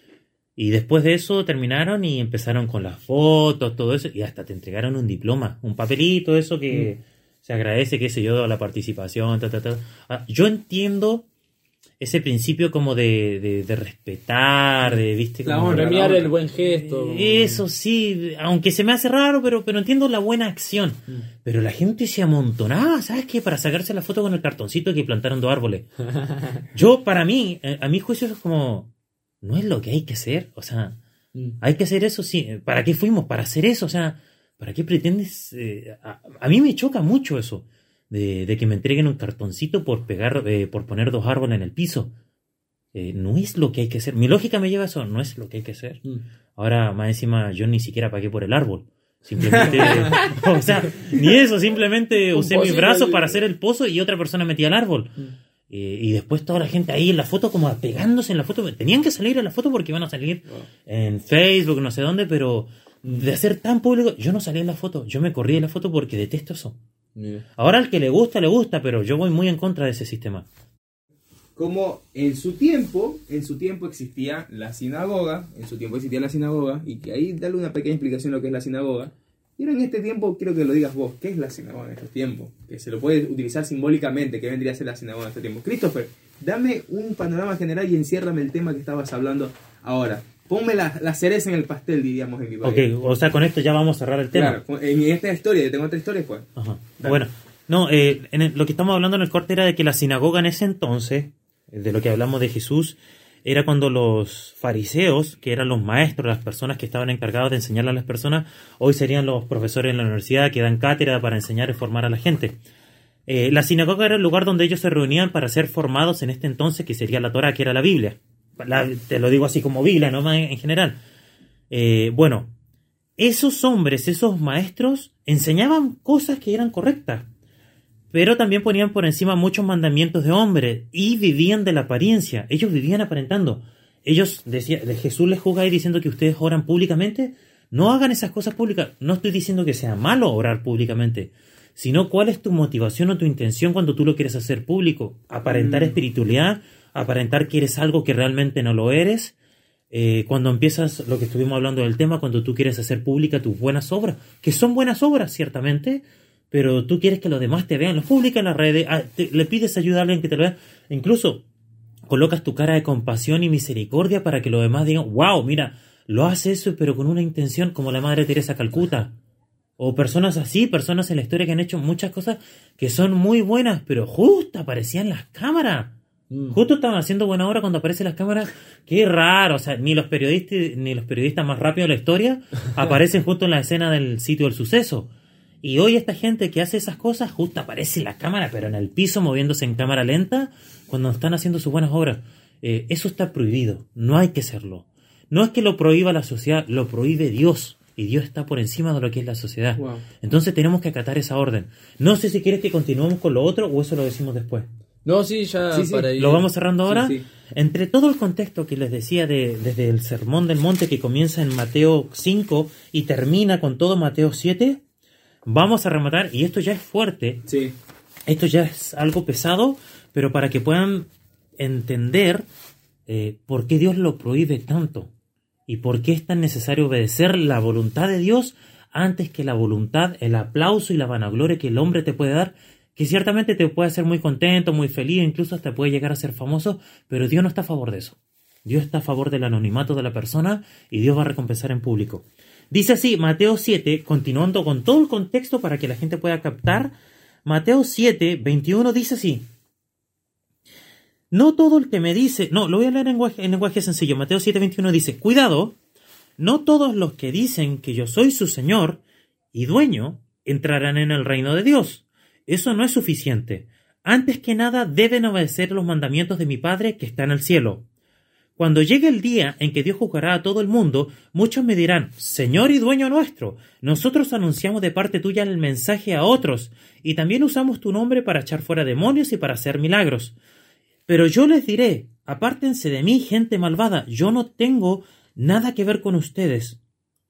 Y después de eso terminaron y empezaron con las fotos, todo eso, y hasta te entregaron un diploma, un papelito, eso que Mm. se agradece, qué sé yo, la participación, ta, ta, ta. Ah, yo entiendo ese principio como de, de, de respetar, de, viste, La como... honra, Premiar la el honra. buen gesto. Eso sí, aunque se me hace raro, pero, pero entiendo la buena acción. Mm. Pero la gente se amontonaba, ¿sabes qué? Para sacarse la foto con el cartoncito que plantaron dos árboles. Yo, para mí, eh, a mi juicio es como, no es lo que hay que hacer. O sea, Mm. hay que hacer eso, sí. ¿Para qué fuimos? Para hacer eso. O sea, ¿para qué pretendes? eh, a, a mí me choca mucho eso. De, de que me entreguen un cartoncito por pegar, eh, por poner dos árboles en el piso. Eh, no es lo que hay que hacer. Mi lógica me lleva a eso, no es lo que hay que hacer. Mm. Ahora, más encima, yo ni siquiera pagué por el árbol. Simplemente, o sea, ni eso, simplemente Un usé mis pocito brazos ahí. para hacer el pozo y otra persona metía el árbol. Mm. Eh, y después toda la gente ahí en la foto, como pegándose en la foto. Tenían que salir en la foto porque iban a salir en Facebook, no sé dónde, pero de hacer tan público, yo no salí en la foto. Yo me corrí de la foto porque detesto eso. Mira. Ahora al que le gusta, le gusta, pero yo voy muy en contra de ese sistema. Como en su tiempo, en su tiempo existía la sinagoga, en su tiempo existía la sinagoga, y que ahí dale una pequeña explicación de lo que es la sinagoga. Y ahora en este tiempo quiero que lo digas vos, ¿qué es la sinagoga en estos tiempos? Que se lo puede utilizar simbólicamente, ¿qué vendría a ser la sinagoga en estos tiempos? Christopher, dame un panorama general y enciérrame el tema que estabas hablando ahora. ponme la, la cereza en el pastel, diríamos en mi país. Ok, o sea, con esto ya vamos a cerrar el tema. Claro, en esta historia, yo tengo otra historia pues. Ajá. Dale. Bueno, no, eh, en el- lo que estamos hablando en el corte era de que la sinagoga en ese entonces, de lo que hablamos de Jesús, era cuando los fariseos, que eran los maestros, las personas que estaban encargados de enseñarle a las personas, hoy serían los profesores en la universidad que dan cátedra para enseñar y formar a la gente. Eh, la sinagoga era el lugar donde ellos se reunían para ser formados en este entonces, que sería la Torá, que era la Biblia. La- te lo digo así como Biblia, no más en, en general. Eh, bueno, esos hombres, esos maestros, enseñaban cosas que eran correctas, pero también ponían por encima muchos mandamientos de hombres y vivían de la apariencia. Ellos vivían aparentando. Ellos, decía, de Jesús les juzga ahí diciendo que ustedes oran públicamente. No hagan esas cosas públicas. No estoy diciendo que sea malo orar públicamente, sino cuál es tu motivación o tu intención cuando tú lo quieres hacer público. Aparentar espiritualidad, aparentar que eres algo que realmente no lo eres. Eh, cuando empiezas lo que estuvimos hablando del tema, cuando tú quieres hacer pública tus buenas obras, que son buenas obras ciertamente, pero tú quieres que los demás te vean, los publicas en las redes, ah, te- le pides ayuda a alguien que te lo vea, incluso colocas tu cara de compasión y misericordia para que los demás digan, wow, mira, lo hace eso pero con una intención como la Madre Teresa de Calcuta. O personas así, personas en la historia que han hecho muchas cosas que son muy buenas, pero justo aparecían las cámaras. Mm. Justo estaban haciendo buena obra cuando aparecen las cámaras. Qué raro, o sea, ni los periodistas ni los periodistas más rápidos de la historia aparecen justo en la escena del sitio del suceso. Y hoy esta gente que hace esas cosas justo aparece en la cámara, pero en el piso moviéndose en cámara lenta cuando están haciendo sus buenas obras. Eh, eso está prohibido, no hay que hacerlo. No es que lo prohíba la sociedad, lo prohíbe Dios. Y Dios está por encima de lo que es la sociedad. Wow. Entonces tenemos que acatar esa orden. No sé si quieres que continuemos con lo otro o eso lo decimos después. No, sí, ya Sí, sí. para ir. ¿Lo vamos cerrando ahora? Sí, sí. Entre todo el contexto que les decía de, desde el Sermón del Monte que comienza en Mateo cinco y termina con todo Mateo siete, vamos a rematar, y esto ya es fuerte, Sí. esto ya es algo pesado, pero para que puedan entender eh, por qué Dios lo prohíbe tanto y por qué es tan necesario obedecer la voluntad de Dios antes que la voluntad, el aplauso y la vanagloria que el hombre te puede dar, que ciertamente te puede hacer muy contento, muy feliz, incluso hasta puede llegar a ser famoso, pero Dios no está a favor de eso. Dios está a favor del anonimato de la persona y Dios va a recompensar en público. Dice así, Mateo siete, continuando con todo el contexto para que la gente pueda captar, Mateo siete, veintiuno dice así: no todo el que me dice, no, lo voy a leer en lenguaje, en lenguaje sencillo, Mateo siete, veintiuno dice, cuidado, no todos los que dicen que yo soy su Señor y dueño entrarán en el reino de Dios. Eso no es suficiente. Antes que nada deben obedecer los mandamientos de mi Padre que está en el cielo. Cuando llegue el día en que Dios juzgará a todo el mundo, muchos me dirán, Señor y dueño nuestro, nosotros anunciamos de parte tuya el mensaje a otros, y también usamos tu nombre para echar fuera demonios y para hacer milagros. Pero yo les diré, apártense de mí, gente malvada, yo no tengo nada que ver con ustedes.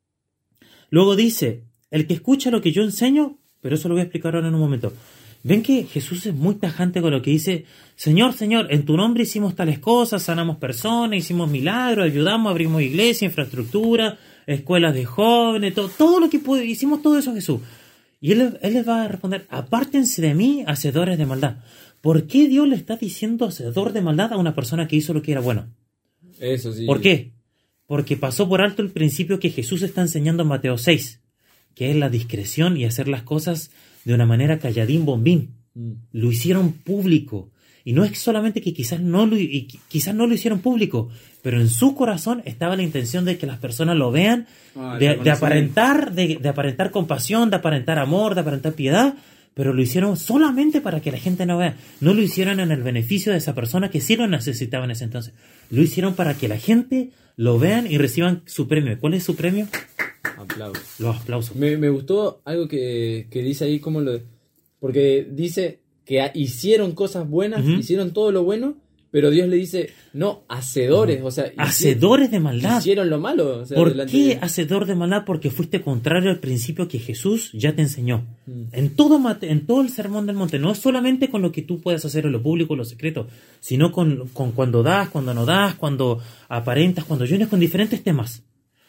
Luego dice, el que escucha lo que yo enseño, pero eso lo voy a explicar ahora en un momento. Ven que Jesús es muy tajante con lo que dice, Señor, Señor, en tu nombre hicimos tales cosas, sanamos personas, hicimos milagros, ayudamos, abrimos iglesia, infraestructura, escuelas de jóvenes, todo, todo lo que pude, hicimos todo eso, Jesús. Y él, él les va a responder, apártense de mí, hacedores de maldad. ¿Por qué Dios le está diciendo hacedor de maldad a una persona que hizo lo que era bueno? Eso sí. ¿Por qué? Porque pasó por alto el principio que Jesús está enseñando en Mateo seis, que es la discreción y hacer las cosas de una manera calladín bombín. Mm. Lo hicieron público. Y no es solamente que quizás no, lo, y quizás no lo hicieron público, pero en su corazón estaba la intención de que las personas lo vean, Ah, de, el de aparentar, de, de aparentar compasión, de aparentar amor, de aparentar piedad, pero lo hicieron solamente para que la gente no vea. No lo hicieron en el beneficio de esa persona que sí lo necesitaba en ese entonces. Lo hicieron para que la gente lo vean y reciban su premio. ¿Cuál es su premio? Aplausos. Los aplausos. Me, me gustó algo que, que dice ahí, como lo, porque dice que ha- hicieron cosas buenas, Ujú. hicieron todo lo bueno, pero Dios le dice, no, hacedores, o sea, hici- Hacedores de maldad. hicieron lo malo. O sea, ¿Por delante qué de- hacedor de maldad? Porque fuiste contrario al principio que Jesús ya te enseñó. Mm. En todo, Mate- en todo el sermón del monte, no solamente con lo que tú puedes hacer en lo público, en lo secreto, sino con, con cuando das, cuando no das, cuando aparentas, cuando ayunas, con diferentes temas.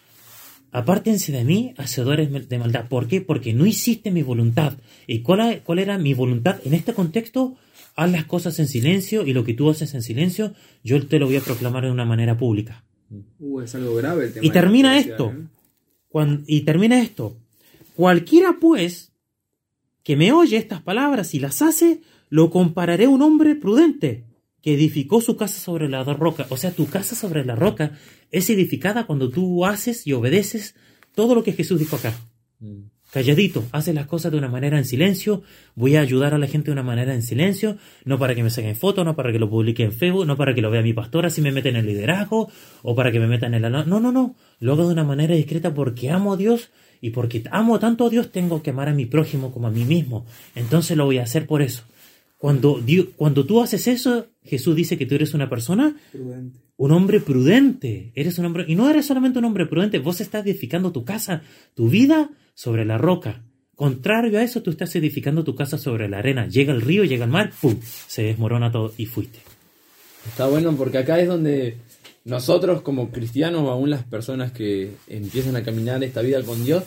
Apártense de mí, hacedores de maldad. ¿Por qué? Porque no hiciste mi voluntad. ¿Y cuál, cuál era mi voluntad en este contexto? Haz las cosas en silencio y lo que tú haces en silencio, yo te lo voy a proclamar de una manera pública. Uh, es algo grave el tema. Y de la termina privacidad, esto. ¿eh? Cuan- y termina esto. Cualquiera, pues, que me oye estas palabras y las hace, lo compararé a un hombre prudente que edificó su casa sobre la roca. O sea, tu casa sobre la roca es edificada cuando tú haces y obedeces todo lo que Jesús dijo acá. Mm. Calladito, haces las cosas de una manera en silencio, voy a ayudar a la gente de una manera en silencio, no para que me saquen fotos, no para que lo publique en Facebook, no para que lo vea mi pastora si me meten en el liderazgo, o para que me metan en la... No, no, no, lo hago de una manera discreta porque amo a Dios, y porque amo tanto a Dios tengo que amar a mi prójimo como a mí mismo, entonces lo voy a hacer por eso. Cuando, Dios, cuando tú haces eso, Jesús dice que tú eres una persona... Prudente. Un hombre prudente, eres un hombre, y no eres solamente un hombre prudente, vos estás edificando tu casa, tu vida sobre la roca. Contrario a eso, tú estás edificando tu casa sobre la arena. Llega el río, llega el mar, ¡pum! Se desmorona todo y fuiste. Está bueno porque acá es donde nosotros como cristianos, o aún las personas que empiezan a caminar esta vida con Dios,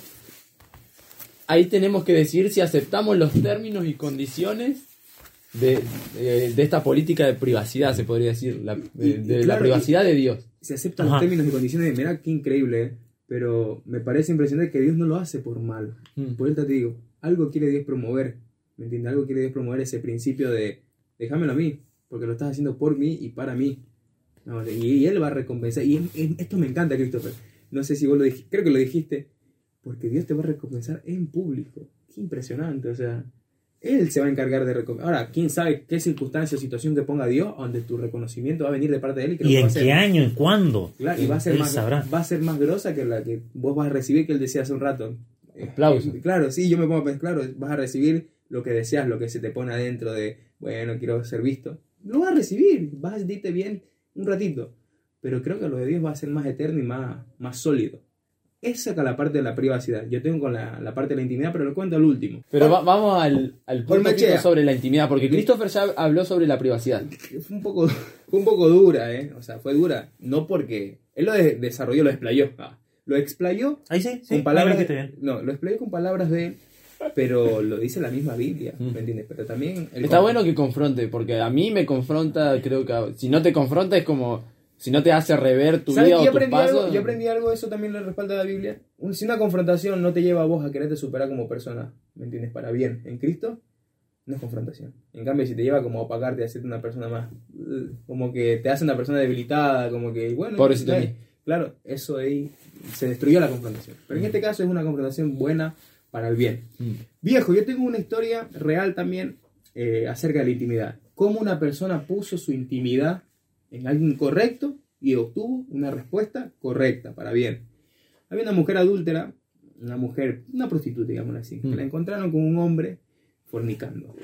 ahí tenemos que decir si aceptamos los términos y condiciones de, de, de esta política de privacidad, se podría decir, la, de, Y- y de la claro, privacidad de Dios. Se aceptan Ajá. los términos y condiciones. Mirá qué increíble, ¿eh? Pero me parece impresionante que Dios no lo hace por mal. Mm. Por eso te digo, algo quiere Dios promover. ¿Me entiendes? Algo quiere Dios promover ese principio de déjamelo a mí, porque lo estás haciendo por mí y para mí. No, y, y Él va a recompensar. Y es- es- esto me encanta, Christopher. No sé si vos lo dijiste, creo que lo dijiste, porque Dios te va a recompensar en público. Qué impresionante, o sea, Él se va a encargar de recompensar. Ahora, quién sabe qué circunstancia o situación que ponga Dios, donde tu reconocimiento va a venir de parte de Él. Y, que lo ¿Y que va en a hacer- qué año? ¿En cuándo? Claro, y va a ser Él más sabrá. va a ser más grosa que la que vos vas a recibir, que él decía hace un rato. Eh, Aplauso. eh, Claro, sí, yo me pongo a pensar, claro, vas a recibir lo que deseas, lo que se te pone adentro de, bueno, quiero ser visto. Lo vas a recibir, vas a sentirte bien un ratito. Pero creo que lo de Dios va a ser más eterno y más, más sólido. Esa es la parte de la privacidad. Yo tengo con la, la parte de la intimidad, pero lo cuento al último. Pero va- vamos al, al punto Ormachea. fijo sobre la intimidad, porque Christopher ya habló sobre la privacidad. Fue un poco, fue un poco dura, ¿eh? O sea, fue dura. No porque él lo de- desarrolló, lo explayó. Ah, lo explayó Ahí sí, sí, con palabras ahí lo de, dijiste bien. no, lo explayó con palabras de él, pero lo dice la misma Biblia, ¿me entiendes? Pero también el Está con- bueno que confronte, porque a mí me confronta, creo que a- si no te confronta es como, si no te hace rever tu ¿Sabes vida que o yo tus aprendí pasos. algo? Yo aprendí algo, eso también lo respalda la Biblia. Un- si una confrontación no te lleva a vos a quererte superar como persona, ¿me entiendes? Para bien, en Cristo, no es confrontación. En cambio, si te lleva como a opacarte, a hacerte una persona más, uh, como que te hace una persona debilitada, como que, bueno, Pobrecito no de es- mí. claro, eso ahí se destruyó la confrontación. Pero en este caso es una confrontación buena para el bien. Mm. Viejo, yo tengo una historia real también eh, acerca de la intimidad. Cómo una persona puso su intimidad en alguien correcto y obtuvo una respuesta correcta, para bien. Había una mujer adúltera, una mujer, una prostituta, digámoslo así, que Mm. la encontraron con un hombre fornicando.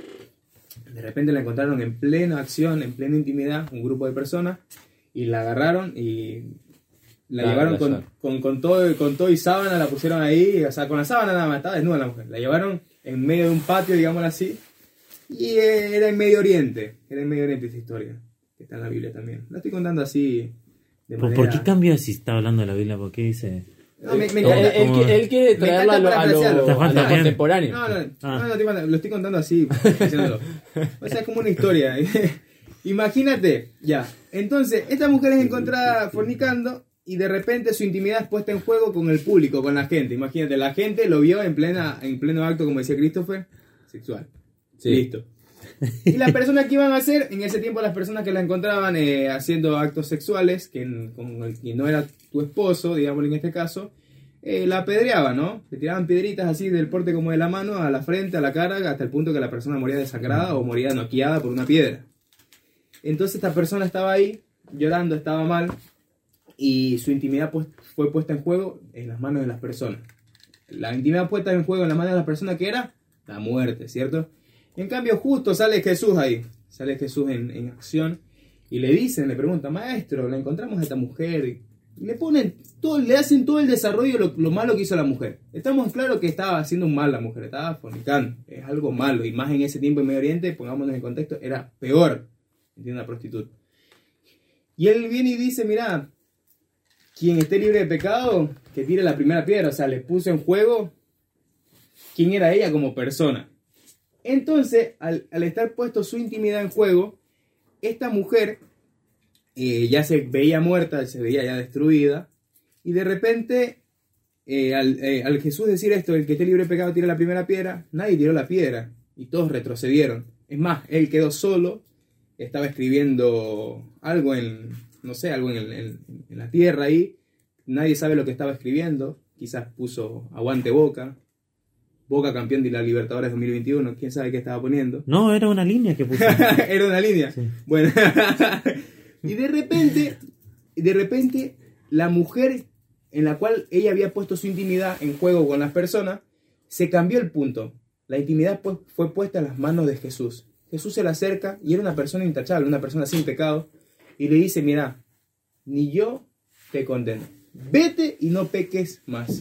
De repente la encontraron en plena acción, en plena intimidad, un grupo de personas, y la agarraron y la La- llevaron la con, llevaron. con, con todo, con todo y sábana, la pusieron ahí, o sea, con la sábana nada más, estaba desnuda la mujer. La llevaron en medio de un patio, digámoslo así, y eh, era en Medio Oriente, era en Medio Oriente esta historia, que está en la Biblia también. La estoy contando así, de ¿Por, manera... por qué cambia si está hablando de la Biblia? ¿Por qué dice...? No, me, me Él, encanta. él, como- él quiere Me traerlo a lo, encanta a lo- parafrasearlo. a lo Juan, también. contemporáneo. No, no, Ah. no, no, tipo, lo estoy contando así, diciéndolo. O sea, es como una historia. Imagínate, ya. Entonces, esta mujer es encontrada fornicando y de repente su intimidad es puesta en juego con el público, con la gente. Imagínate, la gente lo vio en plena en pleno acto, como decía Christopher, sexual. Sí. Listo. Y las personas que iban a hacer, en ese tiempo las personas que la encontraban eh, haciendo actos sexuales, que en- con el que no era tu esposo, digamos en este caso, eh, la apedreaban, ¿no? Le tiraban piedritas así del porte como de la mano a la frente, a la cara, hasta el punto que la persona moría desangrada o moría noqueada por una piedra. Entonces esta persona estaba ahí, llorando, estaba mal, y su intimidad pues, fue puesta en juego en las manos de las personas. La intimidad puesta en juego en las manos de las personas, que era la muerte, ¿cierto? En cambio, justo sale Jesús ahí, sale Jesús en, en acción, y le dicen, le preguntan, maestro, la encontramos a esta mujer, y le ponen todo, le hacen todo el desarrollo de lo, lo malo que hizo la mujer. Estamos claros que estaba haciendo un mal la mujer, estaba fornicando, es algo malo, y más en ese tiempo en Medio Oriente, pongámonos en contexto, era peor, ¿entiendes? Una prostituta. Y él viene y dice, mira, quien esté libre de pecado, que tire la primera piedra, o sea, le puso en juego quién era ella como persona. Entonces, al, al estar puesto su intimidad en juego, esta mujer eh, ya se veía muerta, se veía ya destruida, y de repente, eh, al, eh, al Jesús decir esto, el que esté libre de pecado tira la primera piedra, nadie tiró la piedra, y todos retrocedieron. Es más, él quedó solo, estaba escribiendo algo en, no sé, algo en, el, en, en la tierra ahí, nadie sabe lo que estaba escribiendo, quizás puso aguante Boca, Boca campeón de la Libertadores dos mil veintiuno, quién sabe qué estaba poniendo. No, era una línea que puso. Era una línea. Sí. Bueno, y de repente, de repente, la mujer en la cual ella había puesto su intimidad en juego con las personas, se cambió el punto. La intimidad pues, fue puesta en las manos de Jesús. Jesús se le acerca y era una persona intachable, una persona sin pecado, y le dice, mira, ni yo te condeno. Vete y no peques más.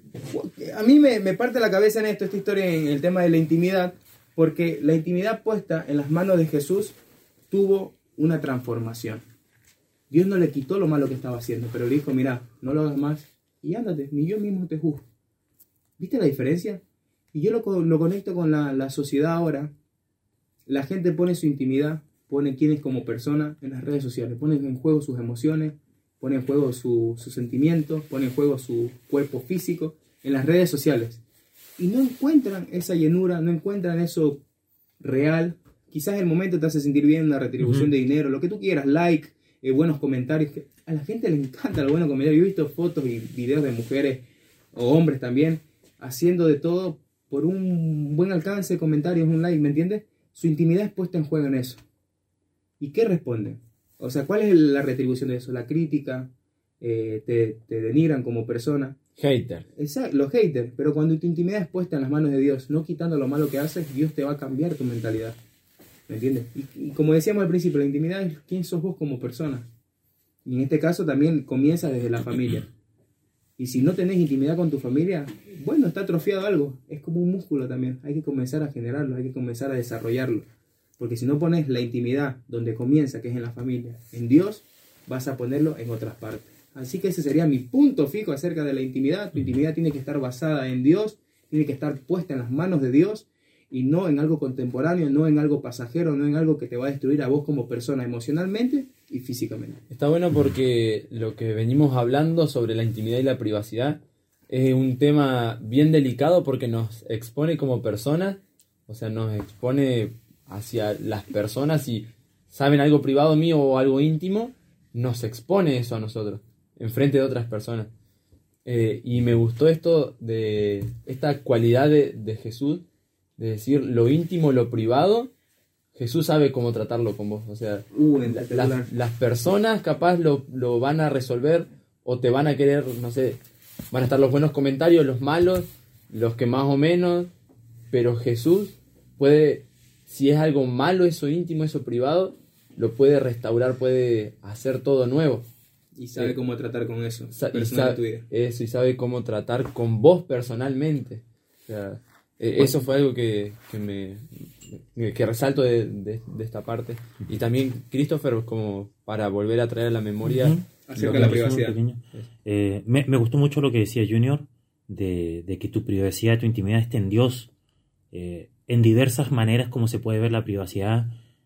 A mí me, me parte la cabeza en esto, esta historia, en el tema de la intimidad, porque la intimidad puesta en las manos de Jesús tuvo una transformación. Dios no le quitó lo malo que estaba haciendo, pero le dijo, mira, no lo hagas más y ándate, ni yo mismo te juzgo. ¿Viste la diferencia? Y yo lo, lo conecto con la, la sociedad ahora. La gente pone su intimidad, pone quién es como persona en las redes sociales, pone en juego sus emociones, pone en juego su, sus sentimientos, pone en juego su cuerpo físico en las redes sociales. Y no encuentran esa llenura, no encuentran eso real. Quizás el momento te hace sentir bien, una retribución uh-huh. de dinero, lo que tú quieras, like, eh, buenos comentarios. A la gente le encanta los buenos comentarios. Yo he visto fotos y videos de mujeres o hombres también haciendo de todo por un buen alcance de comentarios, un like, ¿me entiendes? Su intimidad es puesta en juego en eso. ¿Y qué responden? O sea, ¿cuál es la retribución de eso? La crítica, eh, te, te denigran como persona. Hater. Exacto, los haters. Pero cuando tu intimidad es puesta en las manos de Dios, no quitando lo malo que haces, Dios te va a cambiar tu mentalidad. ¿Me entiendes? Y, y como decíamos al principio, la intimidad es quién sos vos como persona. Y en este caso también comienza desde la familia. Y si no tenés intimidad con tu familia, bueno, está atrofiado algo. Es como un músculo también. Hay que comenzar a generarlo, hay que comenzar a desarrollarlo. Porque si no pones la intimidad donde comienza, que es en la familia, en Dios, vas a ponerlo en otras partes. Así que ese sería mi punto fijo acerca de la intimidad. Tu intimidad tiene que estar basada en Dios, tiene que estar puesta en las manos de Dios y no en algo contemporáneo, no en algo pasajero, no en algo que te va a destruir a vos como persona emocionalmente y físicamente. Está bueno porque lo que venimos hablando sobre la intimidad y la privacidad es un tema bien delicado porque nos expone como personas, o sea, nos expone hacia las personas. Si saben algo privado mío o algo íntimo, nos expone eso a nosotros enfrente de otras personas. Eh, y me gustó esto de esta cualidad de, de Jesús, de decir lo íntimo, lo privado, Jesús sabe cómo tratarlo con vos. O sea, uh, la, las, las personas capaz lo, lo van a resolver o te van a querer, no sé, van a estar los buenos comentarios, los malos, los que más o menos, pero Jesús puede, si es algo malo, eso íntimo, eso privado, lo puede restaurar, puede hacer todo nuevo. Y sabe eh, cómo tratar con eso. Sa- y sabe, eso, y sabe cómo tratar con vos personalmente. O sea, eh, eso fue algo que, que me que resalto de, de, de esta parte. Y también Christopher, como para volver a traer a la memoria uh-huh. acerca de la privacidad. Eh, me, me gustó mucho lo que decía Junior, de, de que tu privacidad, tu intimidad esté en Dios. Eh, en diversas maneras como se puede ver la privacidad,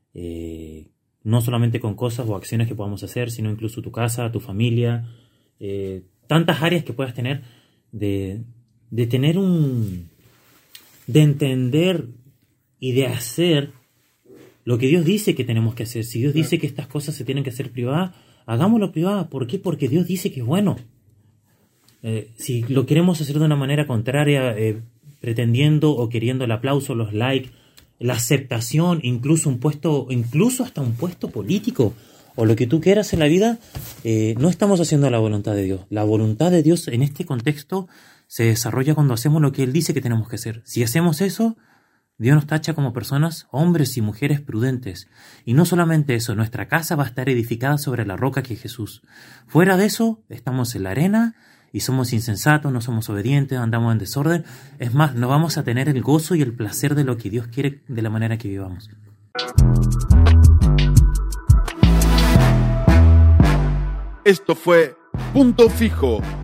eh, no solamente con cosas o acciones que podamos hacer, sino incluso tu casa, tu familia, eh, tantas áreas que puedas tener de, de tener un... de entender y de hacer lo que Dios dice que tenemos que hacer. Si Dios dice que estas cosas se tienen que hacer privadas, hagámoslo privadas. ¿Por qué? Porque Dios dice que es bueno. Eh, si lo queremos hacer de una manera contraria, eh, pretendiendo o queriendo el aplauso, los likes, la aceptación, incluso un puesto, incluso hasta un puesto político o lo que tú quieras en la vida, eh, no estamos haciendo la voluntad de Dios. La voluntad de Dios en este contexto se desarrolla cuando hacemos lo que Él dice que tenemos que hacer. Si hacemos eso, Dios nos tacha como personas, hombres y mujeres prudentes. Y no solamente eso, nuestra casa va a estar edificada sobre la roca que es Jesús. Fuera de eso, estamos en la arena y somos insensatos, no somos obedientes, andamos en desorden. Es más, no vamos a tener el gozo y el placer de lo que Dios quiere de la manera que vivamos. Esto fue Punto Fijo,